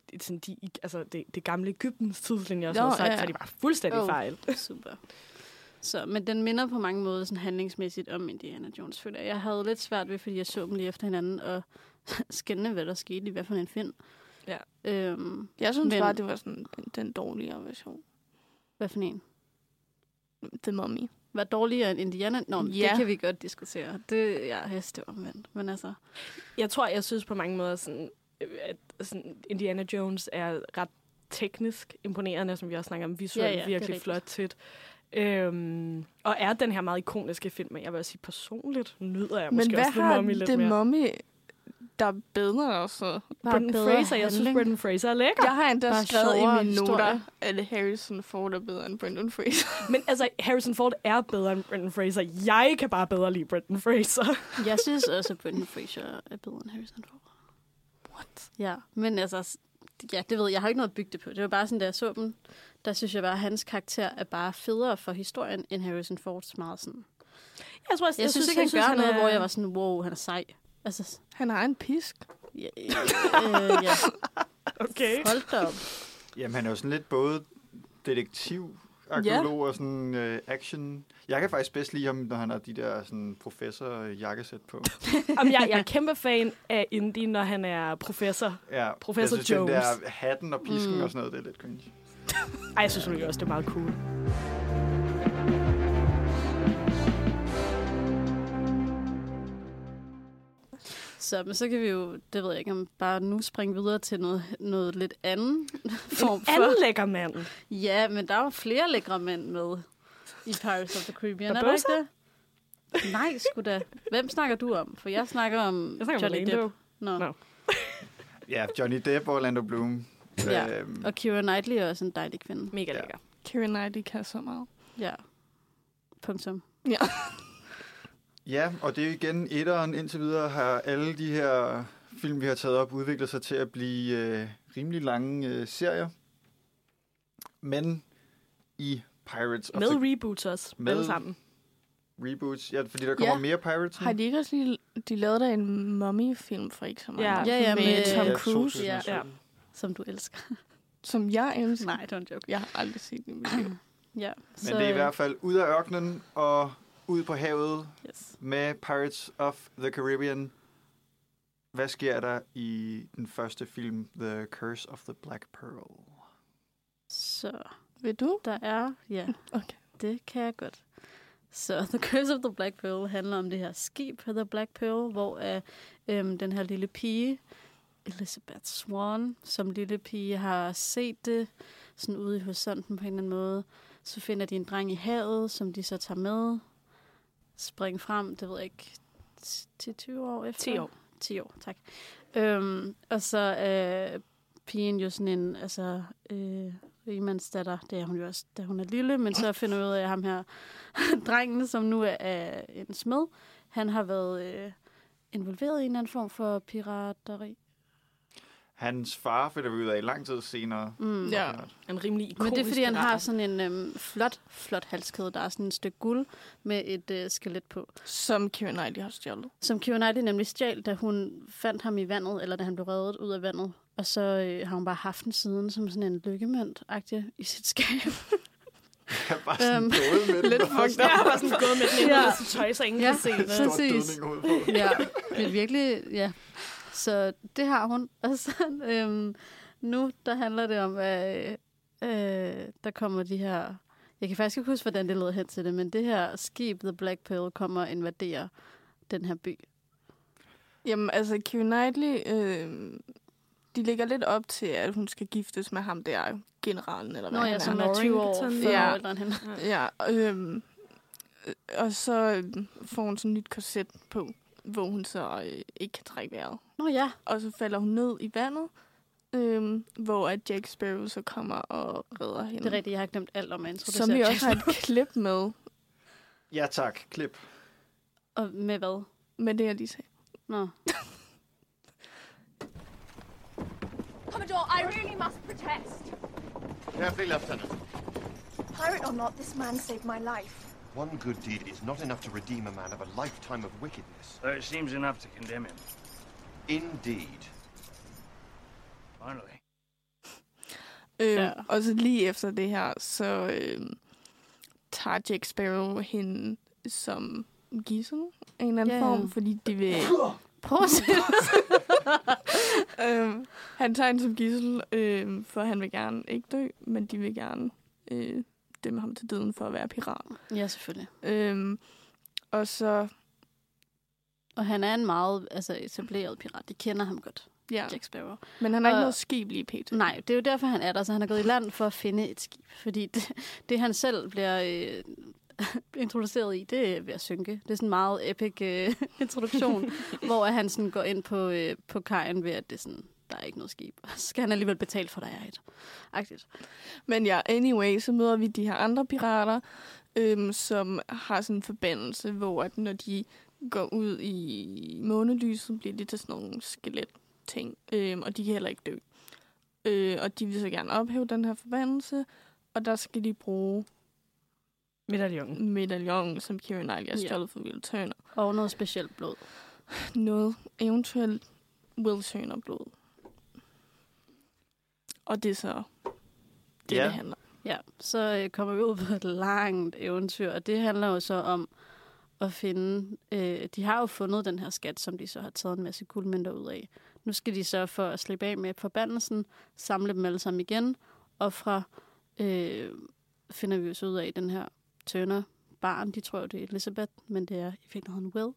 det gamle Egyptens tidslinjer og sådan noget, så er de bare fuldstændig fejl. Super. Så, men den minder på mange måder sådan handlingsmæssigt om Indiana Jones, føler jeg. Jeg havde lidt svært ved, fordi jeg så dem lige efter hinanden, og skændende, hvad der skete i hvad for en film. Ja. Jeg synes bare, det var sådan den dårligere version. Hvad for en? The Mummy. Var dårligere end Indiana? Nå, Ja. det kan vi godt diskutere. Det er omvendt. Men altså... Jeg synes på mange måder, sådan, at sådan, Indiana Jones er ret teknisk imponerende, som vi også snakker om, visuelt virkelig flot tit. Og er den her meget ikoniske film, men jeg vil sige personligt, nyder jeg måske også The Mummy lidt mere. Men hvad har The Mummy, der er bedre også? Brendan Fraser, jeg synes, Brendan Fraser er lækker. Jeg har endda Bare skrevet i sjovere mine historie. noter, at Harrison Ford er bedre end Brendan Fraser. Men altså, Harrison Ford er bedre end Brendan Fraser. Jeg kan bare bedre lide Brendan Fraser. Jeg synes også, at Brendan Fraser er bedre end Harrison Ford. What? Ja, men altså... Ja, det ved jeg. Jeg har ikke noget at bygge det på. Det var bare sådan, da jeg så dem, der synes jeg bare, at hans karakter er bare federe for historien, end Harrison Fords meget sådan. Jeg synes ikke, han gør noget, hvor jeg var sådan, wow, han er sej. Altså, han har en pisk. Ja. Okay. Hold da op. Jamen, han er jo sådan lidt både detektiv, arkeolog og sådan action. Jeg kan faktisk bedst lide ham, når han har de der sådan professor-jakkesæt på. Jeg er kæmpe fan af Indy, når han er professor. Ja, Professor jeg synes, Jones. den der hatten og pisken og sådan noget, det er lidt cringe. Ej, jeg synes også, det er meget cool. Så kan vi jo, det ved jeg ikke, om bare nu springe videre til noget lidt anden form for... En anden lækker mand. Ja, men der er jo flere lækre mænd med i Pirates of the Caribbean, er der ikke det? Nej, sgu da. Hvem snakker du om? For jeg snakker om Johnny Depp. No. Ja, Johnny Depp og Orlando Bloom. Ja, og Keira Knightley er også en dejlig kvinde. Mega lækker. Keira Knightley kan så meget. Ja. Punktum. Ja. Ja, og det er jo igen etteren. Indtil videre har alle de her film, vi har taget op, udviklet sig til at blive rimelig lange serier. Men i Pirates of Med the... reboots også, Med- alle sammen. Reboots? Ja, fordi der kommer mere Pirates. Har de ikke også lige... De lavede der en Mummy-film for ikke så meget? Ja. Ja, med Tom Ja, Cruise. 2017. Ja. Som du elsker. Som jeg elsker. Nej, det var en joke. Jeg har aldrig set den video. Ja, Men det er i hvert fald ud af ørkenen og ud på havet yes. med Pirates of the Caribbean. Hvad sker der i den første film, The Curse of the Black Pearl? Så Vil du? der er... Ja, Okay. det kan jeg godt. Så The Curse of the Black Pearl handler om det her skib, The Black Pearl, hvor den her lille pige, Elizabeth Swann, som lille pige har set det sådan ude i horisonten på en eller anden måde. Så finder de en dreng i havet, som de så tager med, springer frem, det ved jeg ikke, til 20 år efter? 10 år. 10 år, tak. Og så er pigen jo sådan en, altså, rigmandsdatter, det er hun jo også, da hun er lille, men så finder vi ud af, at ham her drengen, som nu er en smed, han har været involveret i en anden form for pirateri. Hans far finder vi ud af lang tid senere. Ja. En rimelig ikonisk Men det er, fordi han har pirat. sådan en flot halskæde. Der er sådan et stykke guld med et skelet på. Som Keira Knightley har stjålet. Som Keira Knightley nemlig stjal, da hun fandt ham i vandet, eller da han blev reddet ud af vandet. Og så har hun bare haft den siden som sådan en lykkemønt-agtig i sit skab. Jeg bare sådan gået med den. Lidt fucked up. Jeg har bare sådan gået med den Ja. ja. til tøj, så ingen kan se det. Stor Præcis. dødning ude på. Ja, men virkelig, ja. Så det har hun. Og så nu, der handler det om, at der kommer de her... Jeg kan faktisk ikke huske, hvordan det leder hen til det, men det her skib, The Black Pearl, kommer og invaderer den her by. Jamen, altså, Keira Knightley, de lægger lidt op til, at hun skal giftes med ham der, generalen, eller hvad Nå han ja, er. som er 20 år Norrington. før Ja. ældre end hende. Ja, og så får hun sådan et nyt korset på, hvor hun så ikke kan trække vejret. Nå ja. Og så falder hun ned i vandet, hvor at Jack Sparrow så kommer og redder hende. Det er rigtigt, jeg har glemt alt om at introducere Som vi også Jackson. har et klip med, Ja tak, klip. Og med hvad? med det, jeg lige sagde. Nå. Commodore, I really must protest. Carefully, Lieutenant. Pirate or not, this man saved my life. One good deed is not enough to redeem a man of a lifetime of wickedness. So it seems enough to condemn him. Indeed. Finally. Ja. Og så lige efter det her, så tager Jack Sparrow hende som gidsel af en eller anden form, fordi de vil... Prøv at se. Han tager hende som gidsel, for han vil gerne ikke dø, men de vil gerne dømme ham til døden for at være pirat. Ja, selvfølgelig. Og så... Og han er en meget etableret pirat. De kender ham godt, Ja, Jack Sparrow. men han har ikke Og- noget skib lige pt. Nej, det er jo derfor, han er der. Så han er gået i land for at finde et skib. Fordi det han selv bliver introduceret i, det er ved at synke. Det er sådan en meget epic introduktion, hvor han sådan går ind på kajen ved, at det er sådan, der er ikke noget skib. Så skal han alligevel betale for, at der er et. Agtigt. Men ja, anyway, så møder vi de her andre pirater, som har sådan en forbandelse, hvor at når de går ud i månelyset, bliver de til sådan nogle skelet-ting, og de kan heller ikke dø. Og de vil så gerne ophæve den her forbandelse, og der skal de bruge medaljon, som Keira Knightley har stjålet for Will Turner. Og noget specielt blod. Noget eventuelt Will Turner blod. Og det er så det, det handler. Ja, så kommer vi ud på et langt eventyr, og det handler jo så om at finde... de har jo fundet den her skat, som de så har taget en masse guldmønter ud af. Nu skal de så for at slippe af med forbandelsen, samle dem alle sammen igen, og fra finder vi jo så ud af den her Turner barn. De tror jo, det er Elizabeth, men det er i virkeligheden Will.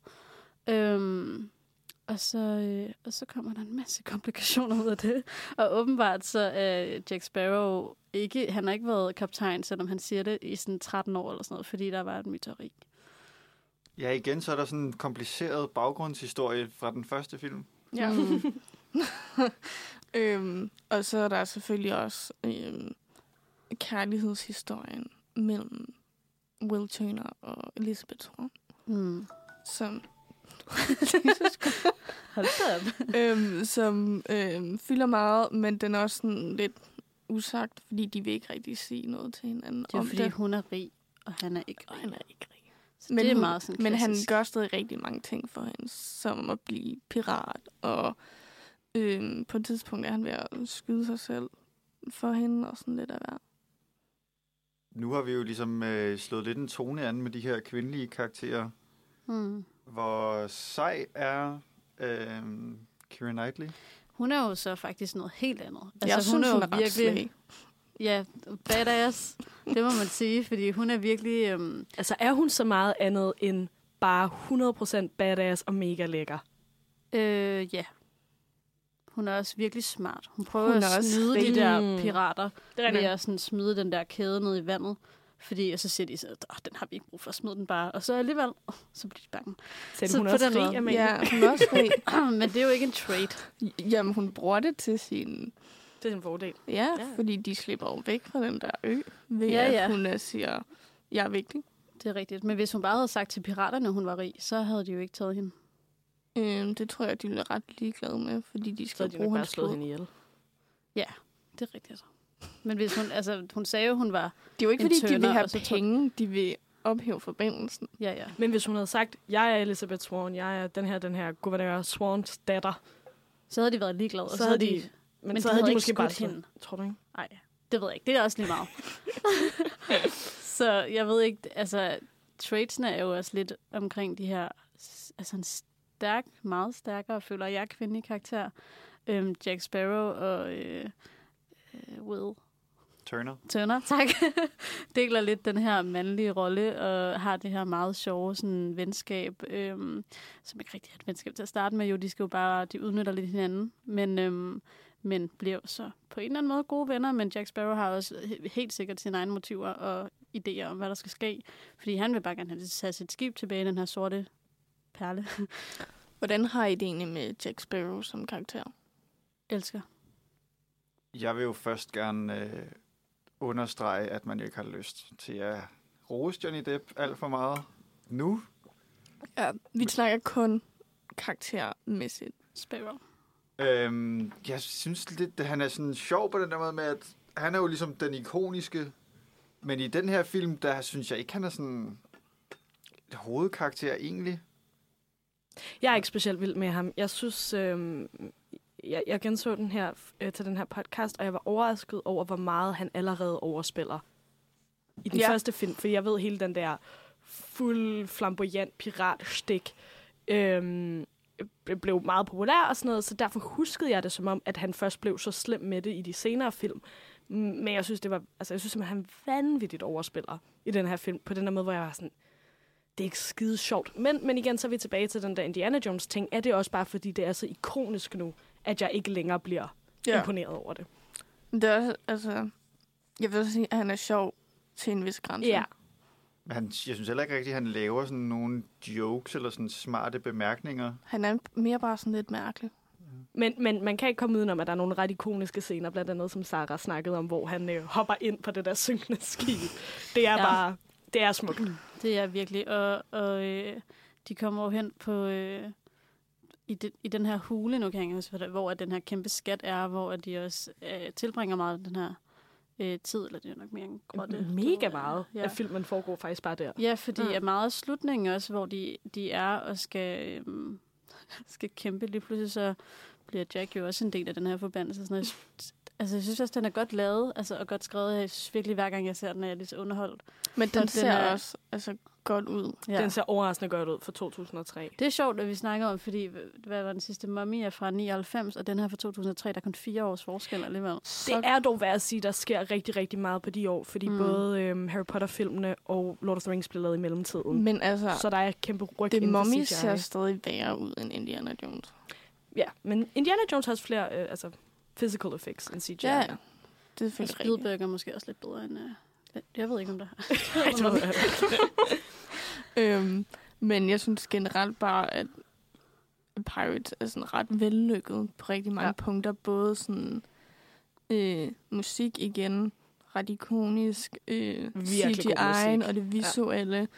Og så kommer der en masse komplikationer ud af det. Og åbenbart så er Jack Sparrow ikke... Han har ikke været kaptajn, selvom han siger det, i sådan 13 år eller sådan noget, fordi der var et mytteri. Ja, igen, så er der sådan en kompliceret baggrundshistorie fra den første film. Ja. Og så er der selvfølgelig også kærlighedshistorien mellem Will Turner og Elizabeth Swann. Som... Hold da op. som fylder meget, men den er også sådan lidt usagt, fordi de vil ikke rigtig sige noget til hinanden Det er om fordi, det. hun er rig, og han er ikke rig. Han er ikke rig. Så det er meget sådan men han klassisk. gør stadig rigtig mange ting for hende, som at blive pirat, og på et tidspunkt er han ved at skyde sig selv for hende, og sådan lidt af hver. Nu har vi jo ligesom slået lidt en tone an med de her kvindelige karakterer. Hvor sej er Keira Knightley? Hun er jo så faktisk noget helt andet. Altså, jeg synes, hun er ret virkelig... Ja, badass. Det må man sige, fordi hun er virkelig... Altså, er hun så meget andet end bare 100% badass og mega lækker? Ja. Hun er også virkelig smart. Hun prøver at snyde de der pirater ved at sådan smide den der kæde ned i vandet. Fordi, og så siger de så, den har vi ikke brug for, smid den bare. Og så alligevel, så bliver de bange. Så hun er også rig, Amalie. Ja, hun er også rig. Men det er jo ikke en trade. Jamen, hun bruger det til sin... Det er en fordel. Ja, fordi de slipper jo væk fra den der ø, ved at hun siger, jeg er vigtig. Det er rigtigt. Men hvis hun bare havde sagt til piraterne, at hun var rig, så havde de jo ikke taget hende. Det tror jeg, de ville ret ligeglade med, fordi de skal så bruge hendes blod. Hende ihjel. Ja, det er rigtigt. Men hvis hun sagde jo, hun var... Det er jo ikke, fordi de vil have penge, de vil ophæve forbindelsen. Ja. Men hvis hun havde sagt, jeg er Elizabeth Swann, jeg er den her guvernør Swans datter, så havde de været ligeglade. Så havde de... Men så havde de måske bare hende. Tror du ikke? Nej, det ved jeg ikke. Det er også lige meget. Så jeg ved ikke, altså, tradesene er jo også lidt omkring de her, altså en meget stærkere, føler jeg, kvindelig karakter. Jack Sparrow og Will Turner, tak. Deler lidt den her mandlige rolle, og har det her meget sjove sådan, venskab, som ikke rigtig har et venskab til at starte med. Jo, de udnytter lidt hinanden, men bliver jo så på en eller anden måde gode venner. Men Jack Sparrow har også helt sikkert sine egne motiver og idéer om, hvad der skal ske. Fordi han vil bare gerne have sit skib tilbage i den her sorte perle. Hvordan har I det egentlig med Jack Sparrow som karakter? Elsker. Jeg vil jo først gerne understrege, at man ikke har lyst til at rose Johnny Depp alt for meget nu. Ja, vi snakker kun karaktermæssigt. Sparrow. Jeg synes lidt, at han er sådan sjov på den der måde med, at han er jo ligesom den ikoniske, men i den her film, der synes jeg ikke, han er sådan hovedkarakter egentlig. Jeg er ikke specielt vild med ham. Jeg synes, jeg genså den her til den her podcast, og jeg var overrasket over, hvor meget han allerede overspiller i den første film. For jeg ved, hele den der fuld flamboyant piratstik blev meget populær og sådan noget, så derfor huskede jeg det som om, at han først blev så slem med det i de senere film. Men jeg synes, simpelthen, han vanvittigt overspiller i den her film, på den der måde, hvor jeg var sådan, det er ikke skide sjovt. Men igen, så er vi tilbage til den der Indiana Jones ting. Er det også bare, fordi det er så ikonisk nu, at jeg ikke længere bliver imponeret over det? Det er også, altså, jeg vil sige, at han er sjov til en vis grænse. Ja. Men jeg synes heller ikke rigtigt, at han laver sådan nogle jokes eller sådan smarte bemærkninger. Han er mere bare sådan lidt mærkelig. Men man kan ikke komme udenom, at der er nogle ret ikoniske scener, blandt andet som Sarah snakkede om, hvor han hopper ind på det der synkende skib. Det er bare, det er smukt. Det er virkelig, og de kommer jo hen på, i den her hule, nu kan jeg huske, hvor den her kæmpe skat er, hvor de også tilbringer meget den her tid, eller det er nok mere en grotte. Mega meget af filmen foregår faktisk bare der. Ja, fordi er meget af slutningen også, hvor de er og skal kæmpe. Lige pludselig så bliver Jack jo også en del af den her forbandelse. Sådan noget. Altså, jeg synes også, den er godt lavet og godt skrevet. Jeg synes virkelig, hver gang jeg ser den, er jeg lidt underholdt. Men den ser også godt ud. Ja. Den ser overraskende godt ud for 2003. Det er sjovt, at vi snakker om, fordi hvad var den sidste Mummy er fra 99, og den her fra 2003, der er kun 4 års forskel alligevel. Det er dog værd at sige, der sker rigtig, rigtig meget på de år, fordi både Harry Potter-filmene og Lord of the Rings blev lavet i mellemtiden. Men altså, så der er kæmpe ryg det Mummy ser stadig værre ud end Indiana Jones. Ja, men Indiana Jones har også flere physical effects end CGI. Ja, det er faktisk rigtigt. Spielberg er måske også lidt bedre end... jeg ved ikke, om der men jeg synes generelt bare, at Pirates er sådan ret vellykket på rigtig mange punkter. Både sådan musik igen, ret ikonisk, CGI'en og det visuelle,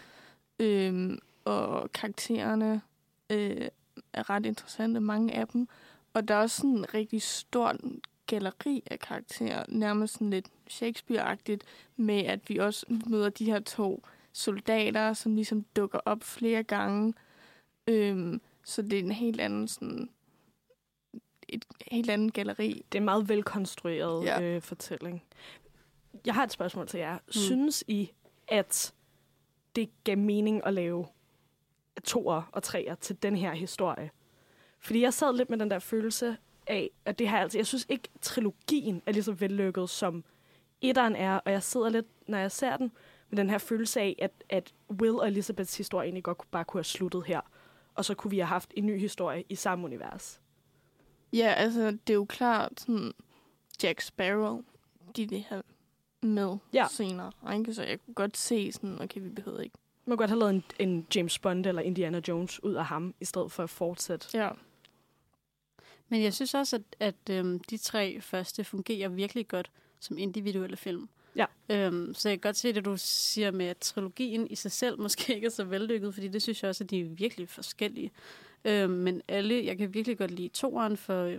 og karaktererne er ret interessante, mange af dem. Og der er også sådan en rigtig stor galleri af karakterer, nærmest sådan lidt Shakespeare-agtigt, med at vi også møder de her 2 soldater, som ligesom dukker op flere gange. Så det er en helt anden sådan et helt andet galleri. Det er en meget velkonstrueret fortælling. Jeg har et spørgsmål til jer. Synes I, at det gav mening at lave 2'er og 3'er til den her historie? Fordi jeg sad lidt med den der følelse af, at det her altså, jeg synes ikke, trilogien er lige så vellykket, som 1'eren er, og jeg sidder lidt, når jeg ser den, med den her følelse af, at Will og Elizabeths historie egentlig godt bare kunne have sluttet her, og så kunne vi have haft en ny historie i samme univers. Ja, altså, det er jo klart sådan, Jack Sparrow, de vil have med senere, ikke? Så jeg kunne godt se sådan, okay, vi behøver ikke. Man kunne godt have lavet en James Bond eller Indiana Jones ud af ham, i stedet for at fortsætte. Ja. Men jeg synes også, at de 3 første fungerer virkelig godt som individuelle film. Ja. Så jeg kan godt se det, du siger med, at trilogien i sig selv måske ikke er så vellykket, fordi det synes jeg også, at de er virkelig forskellige. Men jeg kan virkelig godt lide 2'eren for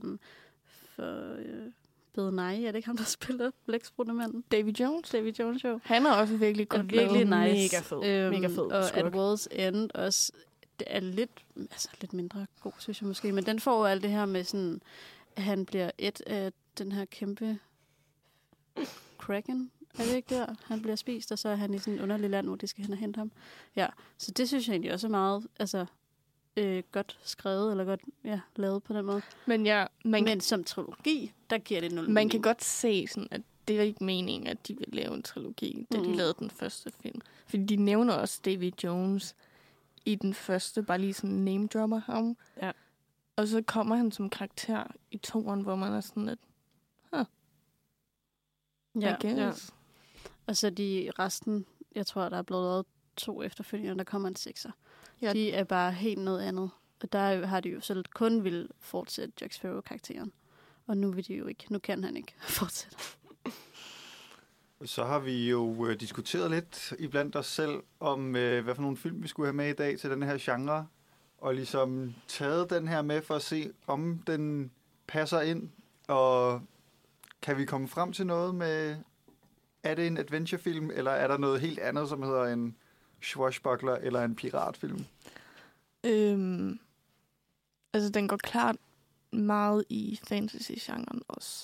Bill Nye. Er det ikke ham, der spiller blækspruttemanden? David Jones, jo. Han er også virkelig godt virkelig nice. Mega fed. Og skurk. At World's End også det er lidt mindre god, synes jeg måske. Men den får jo alt det her med sådan, at han bliver et af den her kæmpe Kraken. Er det ikke der? Han bliver spist, og så er han i sådan et underligt land, hvor de skal hen og hente ham. Ja, så det synes jeg egentlig også er meget godt skrevet, eller godt lavet på den måde. Men som trilogi, der giver det 0 Man kan godt se, sådan, at det er ikke meningen, at de vil lave en trilogi, da de lavede den første film. Fordi de nævner også David Jones i den første, bare lige sådan name-dropper ham. Ja. Og så kommer han som karakter i 2'eren, hvor man er sådan lidt, Ja. Og så de resten, jeg tror, der er blevet lavet 2 efterfølgende, der kommer en 6'er. Ja. De er bare helt noget andet. Og der har de jo selv kun vil fortsætte Jack Sparrow-karakteren. Og nu vil de jo ikke. Nu kan han ikke fortsætte. Så har vi jo diskuteret lidt iblandt os selv om, hvad for nogle film vi skulle have med i dag til den her genre. Og ligesom taget den her med for at se, om den passer ind. Og kan vi komme frem til noget med, er det en adventurefilm, eller er der noget helt andet, som hedder en swashbuckler eller en piratfilm? Altså, den går klart meget i fantasy-genren også.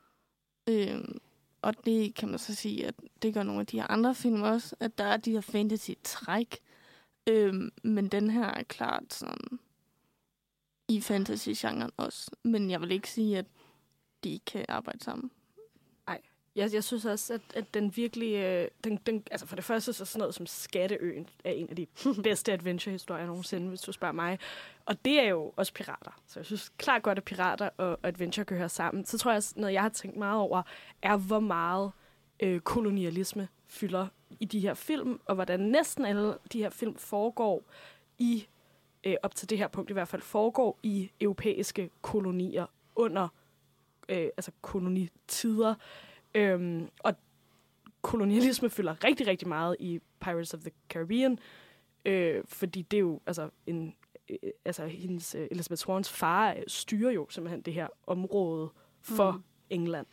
Og det kan man så sige, at det gør nogle af de her andre film også, at der er de her fantasy-træk. Men den her er klart sådan i fantasy-genren også. Men jeg vil ikke sige, at de ikke kan arbejde sammen. Nej, jeg synes også, at den virkelig... altså for det første, så sådan noget som Skatteøen er en af de bedste adventure-historier nogensinde, hvis du spørger mig. Og det er jo også pirater. Så jeg synes klart godt, at pirater og adventure kan høre sammen. Så tror jeg også, noget jeg har tænkt meget over, er hvor meget kolonialisme fylder i de her film, og hvordan næsten alle de her film foregår i, op til det her punkt i hvert fald, foregår i europæiske kolonier under altså kolonitider. Og kolonialisme fylder rigtig, rigtig meget i Pirates of the Caribbean, fordi det er jo hendes Elizabeth Swans far styrer jo simpelthen det her område for England.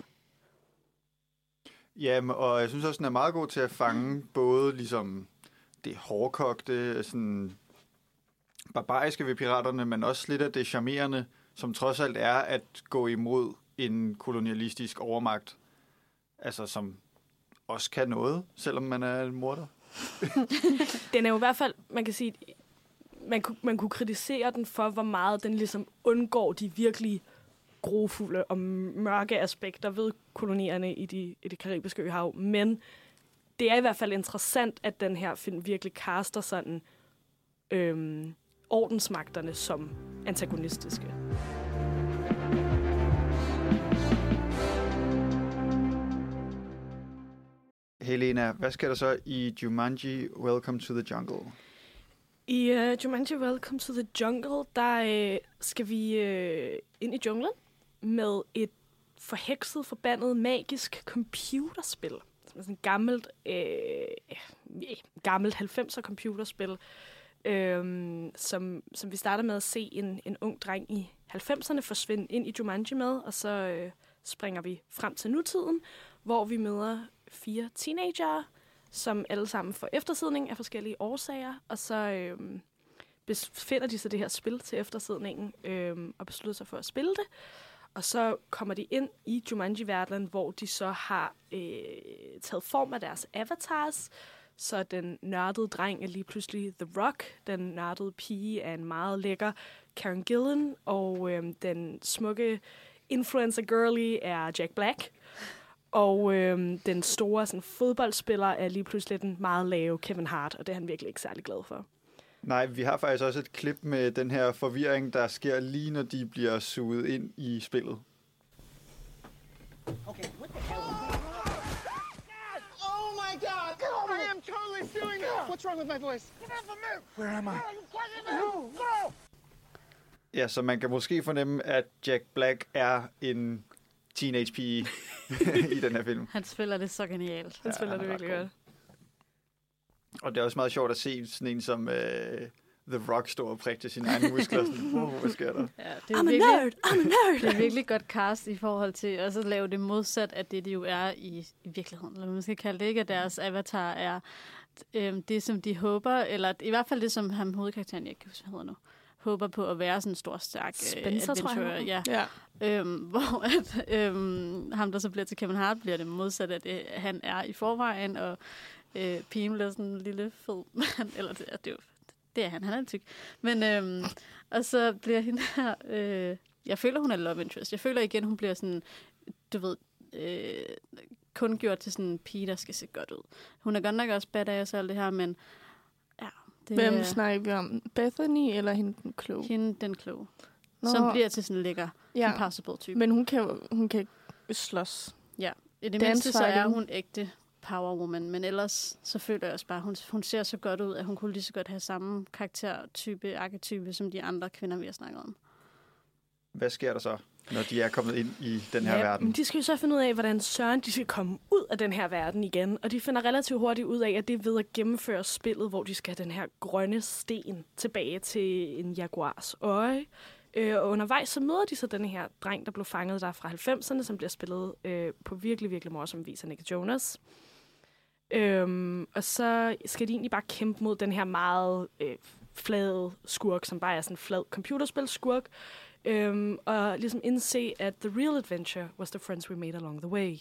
Ja, og jeg synes også, den er meget god til at fange både ligesom det hårdkogte, sådan barbariske ved piraterne, men også lidt af det charmerende, som trods alt er at gå imod en kolonialistisk overmagt, altså som også kan noget, selvom man er en morder. Den er jo i hvert fald, man kan sige, man kunne kritisere den for, hvor meget den ligesom undgår de virkelig grofulde og mørke aspekter ved kolonierne i det karibiske øhav. Men det er i hvert fald interessant, at den her film virkelig kaster sådan ordensmagterne som antagonistiske. Helena, hvad skal der så i Jumanji Welcome to the Jungle? I Jumanji Welcome to the Jungle, der skal vi ind i junglen med et forhekset, forbandet, magisk computerspil. Som er sådan et gammelt 90'er computerspil, som vi starter med at se en ung dreng i 90'erne forsvinde ind i Jumanji med, og så springer vi frem til nutiden, hvor vi møder 4 teenagere, som alle sammen får eftersidning af forskellige årsager, og så finder de så det her spil til eftersidningen, og beslutter sig for at spille det. Og så kommer de ind i Jumanji-verdenen, hvor de så har taget form af deres avatars. Så den nørdede dreng er lige pludselig The Rock. Den nørdede pige er en meget lækker Karen Gillan. Og den smukke influencer girlie er Jack Black. Og den store sådan, fodboldspiller er lige pludselig den meget lave Kevin Hart. Og det er han virkelig ikke særlig glad for. Nej, vi har faktisk også et klip med den her forvirring, der sker lige når de bliver suget ind i spillet. Okay, what the hell? Oh my God! Get over here! I am totally doing it! What's wrong with my voice? Get off of me! Where am I? No! Ja, så man kan måske fornemme, at Jack Black er en teenage-pige i den her film. Han spiller det så genialt. Han spiller det virkelig godt. Og det er også meget sjovt at se sådan en som The Rock stå og prikke til sine egne muskler. Hvad sker der? Ja, det er I'm virkelig, a nerd! I'm a nerd! Det er virkelig godt cast i forhold til at så lave det modsat af det, de jo er i virkeligheden. Eller man skal kalde det ikke, at deres avatar er det, som de håber, eller i hvert fald det, som ham hovedkarakteren, jeg kan huske, hvad hedder nu, håber på at være sådan en stor, stærk adventurer. Ja. Hvor at, ham, der så bliver til Kevin Hart, bliver det modsat af det, han er i forvejen, og pigen bliver sådan en lille fed mand, eller det er han er tyk. Men, og så bliver hende her, jeg føler, hun er love interest. Jeg føler igen, hun bliver sådan, du ved, kun gjort til sådan en pige, der skal se godt ud. Hun er godt nok også badass og alt det her, men ja. Hvem snakker vi om? Bethany eller hende den kloge? Hende den kloge. Som bliver til sådan en lækker, impossible type. Men hun kan slås. Ja, i det mindste så er hun ægte power woman, men ellers så føler jeg også bare, hun ser så godt ud, at hun kunne lige så godt have samme karaktertype, arketype, som de andre kvinder, vi har snakket om. Hvad sker der så, når de er kommet ind i den her verden? Men de skal jo så finde ud af, hvordan søren de skal komme ud af den her verden igen, og de finder relativt hurtigt ud af, at det er ved at gennemføre spillet, hvor de skal have den her grønne sten tilbage til en jaguars øje. Og undervejs så møder de så den her dreng, der blev fanget der fra 90'erne, som bliver spillet på virkelig, virkelig morsom vis af Nick Jonas. Og så skal de egentlig bare kæmpe mod den her meget flade skurk, som bare er sådan en flad computerspil-skurk. Og ligesom indse, at the real adventure was the friends we made along the way.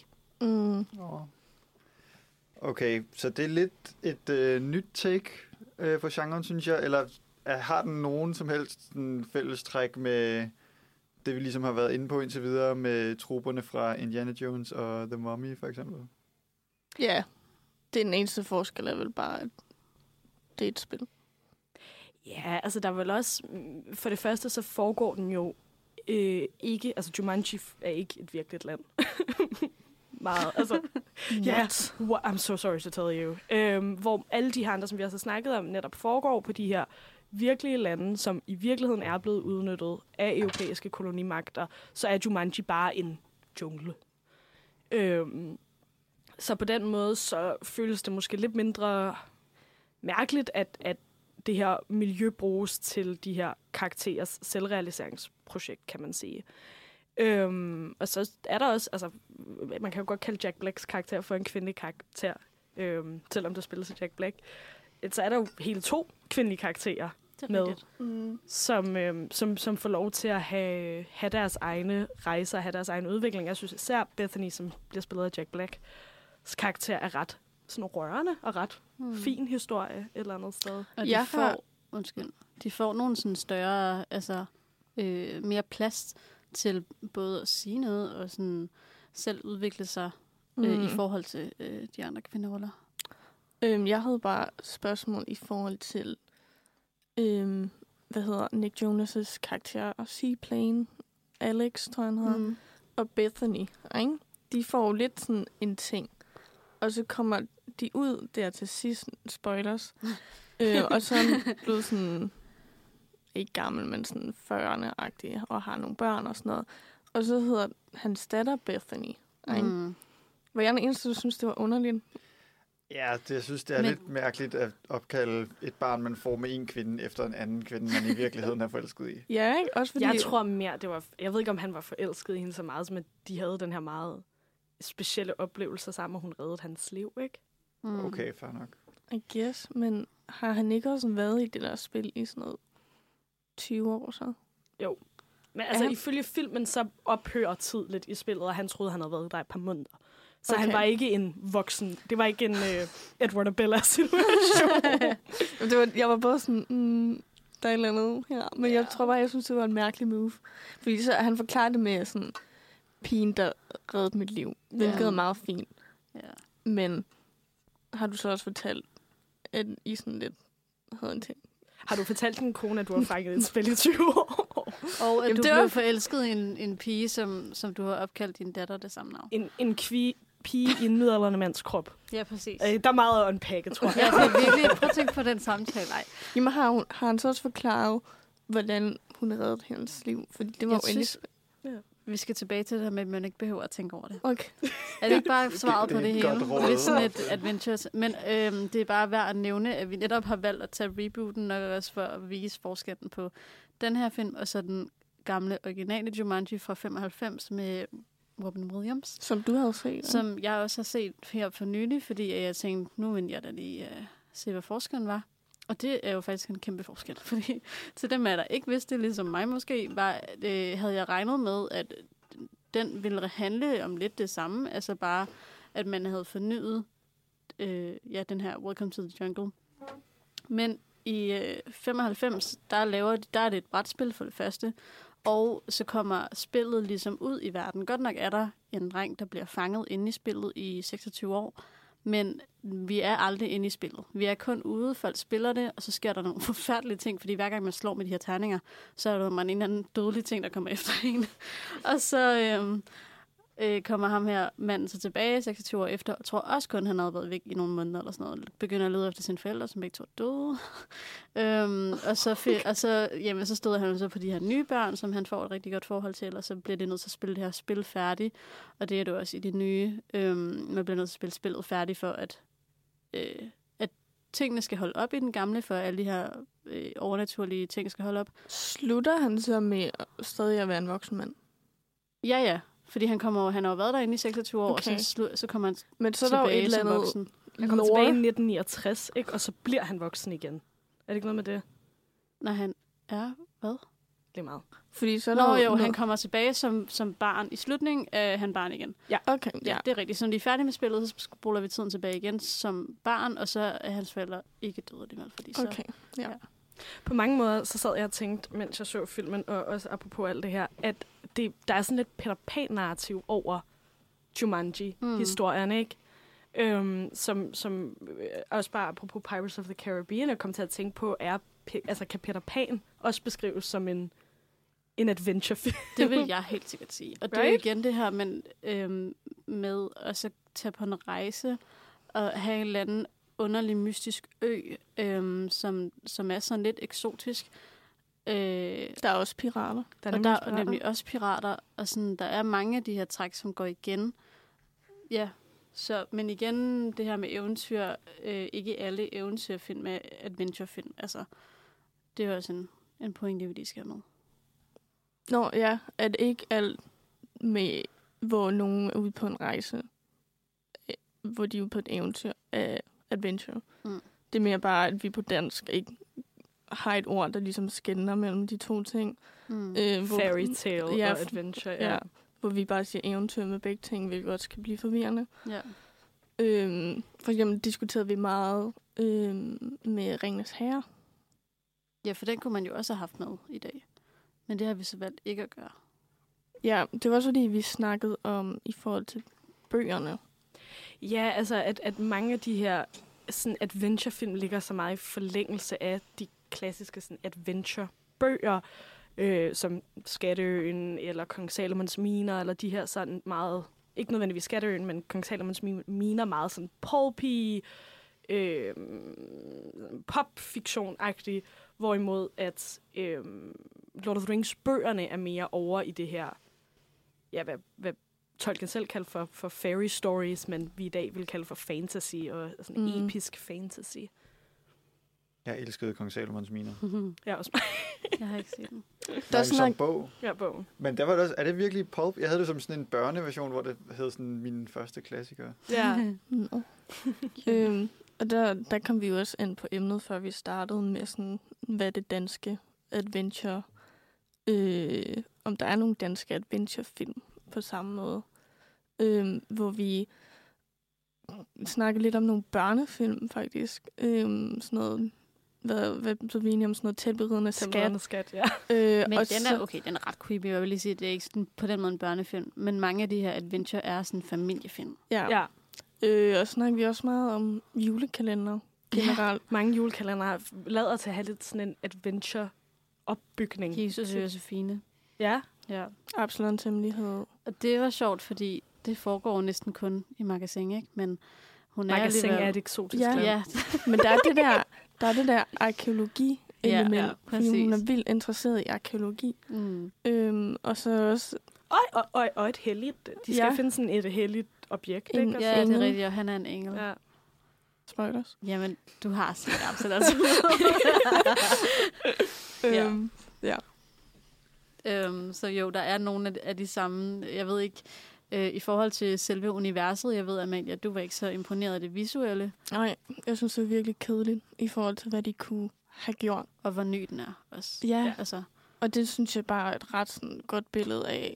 Okay, så det er lidt et nyt take på genren, synes jeg. Eller har den nogen som helst fællestræk med det, vi ligesom har været inde på indtil videre med trupperne fra Indiana Jones og The Mummy, for eksempel? Ja, det er den eneste forskel, er vel bare, at det er et spil. Ja, altså der er vel også, for det første så foregår den jo ikke, altså Jumanji er ikke et virkeligt land. Meget, altså. Yes. I'm so sorry to tell you. Hvor alle de her andre, som vi har så snakket om, netop foregår på de her virkelige lande, som i virkeligheden er blevet udnyttet af europæiske kolonimagter, så er Jumanji bare en jungle. Så på den måde, så føles det måske lidt mindre mærkeligt, at det her miljø bruges til de her karakterers selvrealiseringsprojekt, kan man sige. Og så er der også, altså, man kan jo godt kalde Jack Blacks karakter for en kvindelig karakter, selvom der spilles af Jack Black. Så er der jo hele 2 kvindelige karakterer med, som får lov til at have deres egne rejser, have deres egen udvikling. Jeg synes især Bethany, som bliver spillet af Jack Blacks karakter, er ret sådan rørende og ret fin historie et eller andet sted. Og de får nogle sådan større, altså mere plads til både at sige noget og sådan selv udvikle sig i forhold til de andre kvinderoller. Jeg havde bare spørgsmål i forhold til Nick Jonas' karakter og Seaplane, Alex, tror jeg han hedder, og Bethany, ikke? De får jo lidt sådan en ting, og så kommer de ud der til sidst, spoilers, og så er han blevet sådan, ikke gammel, men sådan 40'erne-agtig, og har nogle børn og sådan noget. Og så hedder hans datter Bethany, ikke? Var jeg den eneste, der synes, det var underligt? Ja, jeg synes, det er lidt mærkeligt at opkalde et barn, man får med en kvinde, efter en anden kvinde, man i virkeligheden er forelsket i. Ja, ikke? Også fordi... Jeg tror mere, det var... Jeg ved ikke, om han var forelsket i hende så meget, som at de havde den her meget specielle oplevelse sammen, og hun reddede hans liv, ikke? Okay, fair nok. I guess, men har han ikke også været i det der spil i sådan noget 20 år så? Jo. Men altså, ifølge filmen, så ophører tid lidt i spillet, og han troede, han havde været der et par måneder. Så han var ikke en voksen. Det var ikke en Edward og Bella-situation. Jeg var bare sådan, der er et eller andet her. Men jeg tror bare, jeg synes, det var en mærkelig move. Fordi så han forklarede det med sådan, pigen, der reddede mit liv. Hvilket er meget fint. Ja. Men har du så også fortalt, at I sådan lidt havde en ting? Har du fortalt din kone, at du har fanget et spil i 20 år? Og at du blev forelsket i en pige, som du har opkaldt din datter det samme navn. En pige i en midaldrende mands krop. Ja, præcis. Der er meget at unpacke, tror jeg. Ja, det er virkelig. Prøv at tænke på den samtale. Jamen, har han så også forklaret, hvordan hun har reddet hendes liv? Fordi det var jo endelig... Vi skal tilbage til det her med, at man ikke behøver at tænke over det. Okay. Er det ikke bare svaret på det hele? Det er sådan et adventure. Men det er bare værd at nævne, at vi netop har valgt at tage rebooten, og også for at vise forskellen på den her film, og så den gamle originale Jumanji fra 95 med Robin Williams. Som du havde set. Som jeg også har set her for nylig, fordi jeg tænkte, nu vil jeg da lige se, hvad forskellen var. Og det er jo faktisk en kæmpe forskel, fordi til dem, der ikke vidste det, ligesom mig måske, havde jeg regnet med, at den ville handle om lidt det samme. Altså bare, at man havde fornyet den her Welcome to the Jungle. Men i 95, der er det et brætspil for det første, og så kommer spillet ligesom ud i verden. Godt nok er der en dreng, der bliver fanget inde i spillet i 26 år, men vi er aldrig inde i spillet. Vi er kun ude, folk spiller det, og så sker der nogle forfærdelige ting, fordi hver gang man slår med de her terninger, så er der en eller anden dødelig ting, der kommer efter en. Og så kommer ham her manden så tilbage 26 år efter, og tror også kun, han havde været væk i nogle måneder eller sådan noget. Begynder at lede efter sine forældre, som begge to er døde. Så stod han så på de her nye børn, som han får et rigtig godt forhold til, og så bliver det nødt til at spille det her spil færdigt. Og det er det også i det nye. Man bliver nødt til at spille spillet færdigt for, at tingene skal holde op i den gamle, for alle de her overnaturlige ting skal holde op. Slutter han så med stadig at være en voksen mand? Ja. Fordi han har jo været derinde i 26 år, okay. Og så kommer han men så tilbage der et eller andet som voksen. Han kommer tilbage i 1969, ikke? Og så bliver han voksen igen. Er det ikke noget med det? Nej, han er hvad? Det er meget. Fordi så han kommer tilbage som barn. I slutningen er han barn igen. Ja, okay. Ja, det er rigtigt. Så når de er færdige med spillet, så spoler vi tiden tilbage igen som barn, og så er hans forældre ikke døde alligevel. Fordi okay, ja. På mange måder, så sad jeg og tænkte, mens jeg så filmen, og også apropos alt det her, at der er sådan lidt Peter Pan-narrativ over Jumanji-historierne, ikke? Som også bare apropos Pirates of the Caribbean, jeg kom til at tænke på, kan Peter Pan også beskrives som en adventure-film? Det vil jeg helt sikkert sige. Og det er jo igen det her med at så tage på en rejse og have en eller anden underlig mystisk ø, som er sådan lidt eksotisk. Der er også pirater. Der er nemlig også pirater, og sådan, der er mange af de her træk, som går igen. Ja, men igen, det her med eventyr, ikke alle eventyrfilm er adventurefilm. Altså, det er også en pointe, vi lige skal have med. Nå, ja, at ikke alt med, hvor nogen er ude på en rejse, hvor de er ude på et eventyr af adventure. Det er mere bare, at vi på dansk ikke har et ord, der ligesom skelner mellem de to ting. Fairy tale og adventure, ja. Hvor vi bare siger eventyr med begge ting, hvilket også kan blive forvirrende. Ja. For eksempel diskuterede vi meget med Ringenes Herre. Ja, for den kunne man jo også have haft med i dag. Men det har vi så valgt ikke at gøre. Ja, det var også fordi, vi snakkede om i forhold til bøgerne. Ja, altså at mange af de her sådan adventure-film ligger så meget i forlængelse af de klassiske sådan adventure-bøger, som Skatteøen eller Kong Salomons Miner, eller de her sådan meget, ikke nødvendigvis Skatteøen, men Kong Salomons Miner, meget sådan pulpy, pop-fiktion-agtige, hvorimod at Lord of the Rings-bøgerne er mere over i det her, ja, hvad Tolkien selv kaldte for fairy stories, men vi i dag vil kalde for fantasy, og sådan episk fantasy. Jeg elskede Kong Salomons miner. Ja, også mig. Jeg har ikke set den. Der er sådan en bog. Ja, bogen. Men der var det også, er det virkelig pulp? Jeg havde det som sådan en børneversion, hvor det hed sådan min første klassiker. Ja. Og der kom vi jo også ind på emnet, før vi startede med sådan, hvad det danske adventure, om der er nogle danske adventure-film på samme måde, hvor vi snakker lidt om nogle børnefilm, faktisk. Sådan noget, hvad så vi enige om, sådan noget Tætberidende skat. Ja. Men den er ret creepy, jeg vil lige sige, det er ikke sådan, på den måde en børnefilm, men mange af de her adventure er sådan familiefilm. Ja. Og snakker vi også meget om julekalender generelt. Ja. Mange julekalender lader til at have lidt sådan en adventure-opbygning. Jesus og Josefine. Ja. Absalons Hemmelighed. Og det var sjovt, fordi det foregår næsten kun i Magasin, ikke? Men hun Magasin er et eksotisk ja. Men der er det der arkeologi-element, ja, fordi hun er vildt interesseret i arkeologi. Og så også... Og et helligt. De skal finde sådan et helligt objekt, ikke? Ja, det er rigtigt, og han er en engel. Ja. Spoilers. Jamen, du har set absolut. Så jo, der er nogle af de samme, jeg ved ikke, i forhold til selve universet, jeg ved, Amalie, du var ikke så imponeret af det visuelle. Nej, jeg synes, det er virkelig kedeligt i forhold til, hvad de kunne have gjort. Og hvor ny den er også. Ja, altså. Og det synes jeg bare er et ret sådan, godt billede af,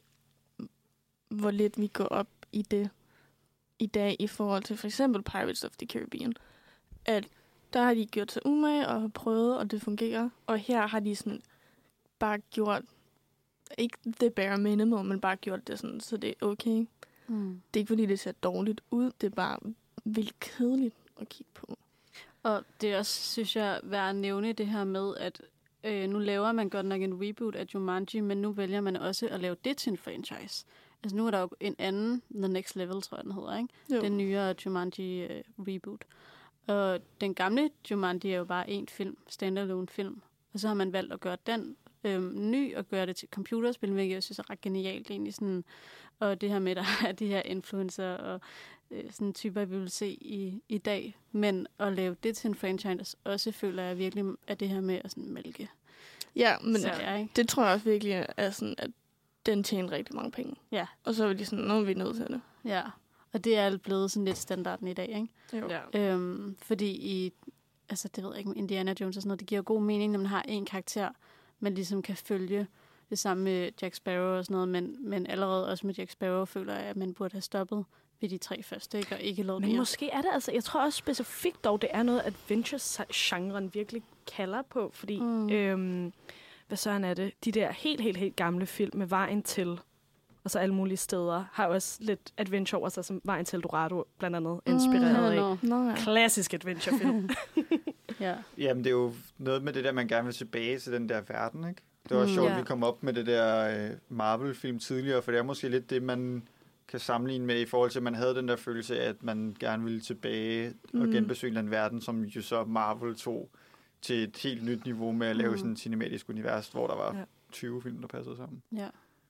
hvor lidt vi går op i det i dag i forhold til for eksempel Pirates of the Caribbean. At der har de gjort sig umage og har prøvet, og det fungerer. Og her har de sådan bare gjort, ikke the bare minimum, men bare gjort det sådan, så det er okay. Det er ikke fordi, det ser dårligt ud, det er bare vildt kedeligt at kigge på. Og det er også, synes jeg, værd at nævne det her med, at nu laver man godt nok en reboot af Jumanji, men nu vælger man også at lave det til en franchise. Altså nu er der jo en anden, The Next Level, tror jeg, den hedder, ikke? Jo. Den nyere Jumanji reboot. Og den gamle Jumanji er jo bare en film, standalone film. Og så har man valgt at gøre den ny og gøre det til computerspil, hvilket jeg synes er ret genialt egentlig. Sådan, og det her med, der er de her influencer og sådan typer, vi vil se i dag. Men at lave det til en franchise, også føler jeg virkelig, at det her med at sådan mælke. Ja, men det tror jeg også virkelig er sådan, at den tjener rigtig mange penge. Ja. Og så er de sådan, nu er vi nødt til det. Ja, og det er blevet sådan lidt standarden i dag, ikke? Jo. Ja. Fordi det ved jeg ikke, Indiana Jones og sådan noget, det giver god mening, når man har en karakter, man ligesom kan følge. Det samme med Jack Sparrow og sådan noget, men allerede også med Jack Sparrow føler jeg, at man burde have stoppet ved de 3 første, ikke? Og ikke lavet Men måske er det altså, jeg tror også specifikt dog, det er noget, adventure-genren virkelig kalder på, fordi, hvad søren er det? De der helt gamle film med Vejen til, og så alle mulige steder, har også lidt adventure over sig, som Vejen til Eldorado blandt andet inspireret af. Klassisk adventure-film. Ja. Jamen, det er jo noget med det der, man gerne vil tilbage til den der verden, ikke? Det var sjovt, at vi kom op med det der Marvel-film tidligere, for det er måske lidt det, man kan sammenligne med i forhold til, at man havde den der følelse af, at man gerne ville tilbage og genbesøge den verden, som jo så Marvel tog til et helt nyt niveau med at lave sådan et cinematisk univers, hvor der var 20 film, der passede sammen. Ja.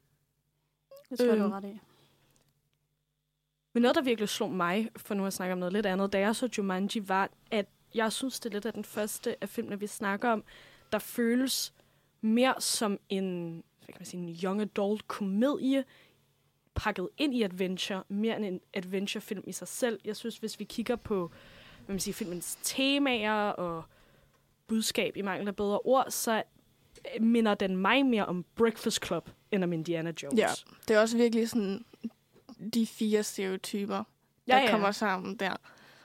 Det tror jeg, du var ret i. Men noget, der virkelig slog mig, for nu at snakke om noget lidt andet, da jeg så Jumanji, var, at jeg synes, det er lidt af den første af filmene, vi snakker om, der føles mere som en, hvad kan man sige, en young adult komedie, pakket ind i adventure, mere end en adventure-film i sig selv. Jeg synes, hvis vi kigger på, hvad man siger, filmens temaer og budskab i mangel af bedre ord, så minder den mig mere om Breakfast Club, end om Indiana Jones. Ja, det er også virkelig sådan de 4 stereotyper, der kommer sammen der.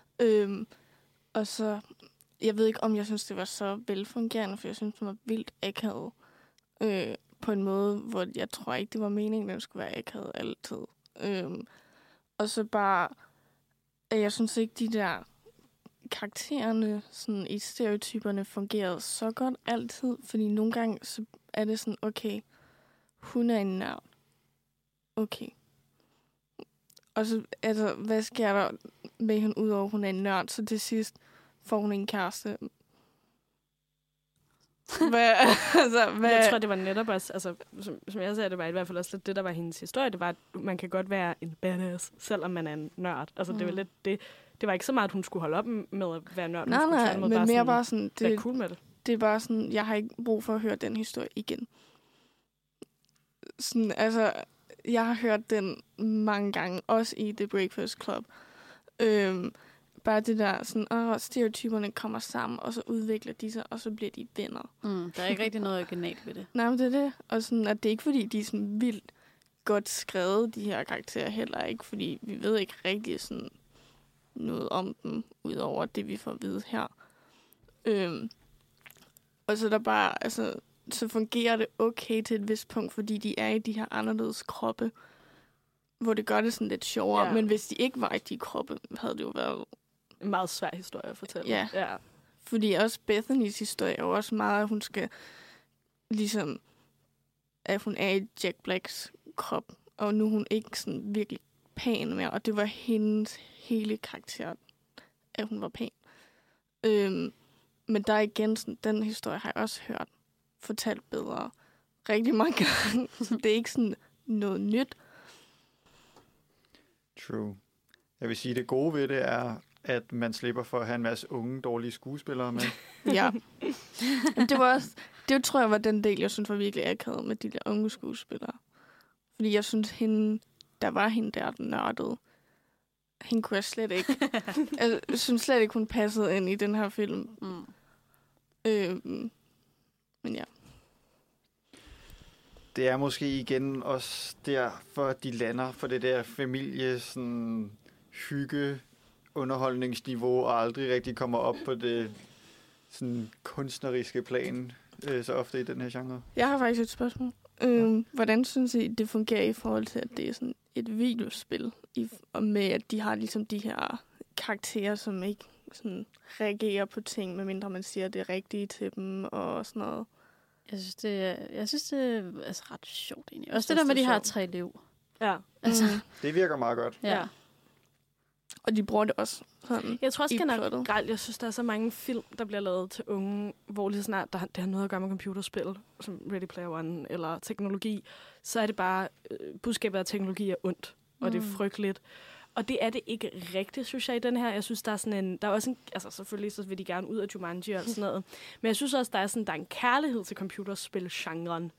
Og så, jeg ved ikke, om jeg synes, det var så velfungerende, for jeg synes, det var vildt akavet. På en måde, hvor jeg tror ikke, det var meningen, at det skulle være akavet altid. Og så bare, at jeg synes ikke, de der karaktererne sådan, i stereotyperne fungerede så godt altid, fordi nogle gange så er det sådan, okay, hun er en nørd. Okay. Og så, altså, hvad sker der med hende, udover hun er en nørd? Så til sidst får hun en kæreste. Jeg tror, det var netop også, altså, som jeg sagde, det var i hvert fald også lidt det, der var hendes historie. Det var, at man kan godt være en badass, selvom man er en nørd. Altså, det var lidt det. Det var ikke så meget, at hun skulle holde op med at være nørd. Nej, men mere bare sådan, det er cool med det. Det er bare sådan, jeg har ikke brug for at høre den historie igen. Sådan, altså, jeg har hørt den mange gange, også i The Breakfast Club. Bare det der, sådan, stereotyperne kommer sammen, og så udvikler de sig, og så bliver de venner. Der er ikke rigtig noget originalt ved det. Nej, men det er det. Og sådan, at det er ikke, fordi de er sådan vildt godt skrevet, de her karakterer, heller ikke, fordi vi ved ikke rigtig sådan noget om dem, udover det, vi får at vide her. Og så der bare, altså, så fungerer det okay til et vist punkt, fordi de er i de her anderledes kroppe, hvor det gør det sådan lidt sjovere. Ja. Men hvis de ikke var i de kroppe, havde det jo været en meget svær historie at fortælle. Ja. Fordi også Bethanys historie er jo også meget, at hun skal ligesom, at hun er i Jack Blacks krop, og nu er hun ikke sådan virkelig pæn mere, og det var hendes hele karakter, at hun var pæn. Men der er igen sådan, den historie har jeg også hørt fortalt bedre rigtig mange gange, så det er ikke sådan noget nyt. True. Jeg vil sige, det gode ved det er, at man slipper for at have en masse unge, dårlige skuespillere med. Ja. Det var også, det tror jeg var den del, jeg synes var virkelig akavet med de der unge skuespillere. Fordi jeg synes, der var hende der, den nørdede. Hende kunne jeg slet ikke. Jeg synes slet ikke, hun passede ind i den her film. Men ja. Det er måske igen også derfor, de lander for det der familie, sådan hygge, underholdningsniveau, og aldrig rigtig kommer op på det sådan kunstneriske plan, så ofte i den her genre. Jeg har faktisk et spørgsmål. Hvordan synes I, det fungerer i forhold til, at det er sådan et videospil, og med at de har ligesom de her karakterer, som ikke sådan reagerer på ting, medmindre man siger det rigtige til dem og sådan noget? Jeg synes, det er altså ret sjovt egentlig. Også det der med, de har 3 liv. Ja. Altså. Det virker meget godt. Ja. Og de bruger det også sådan. Jeg tror også generelt, jeg synes, der er så mange film, der bliver lavet til unge, hvor lige snart det har noget at gøre med computerspil, som Ready Player One eller teknologi, så er det bare, budskabet af teknologi er ondt, og det er frygteligt. Og det er det ikke rigtigt, synes jeg, i den her. Jeg synes, der er sådan en... Der er også en... Altså, selvfølgelig så vil de gerne ud af Jumanji og sådan noget. Men jeg synes også, der er en kærlighed til computerspil-genren.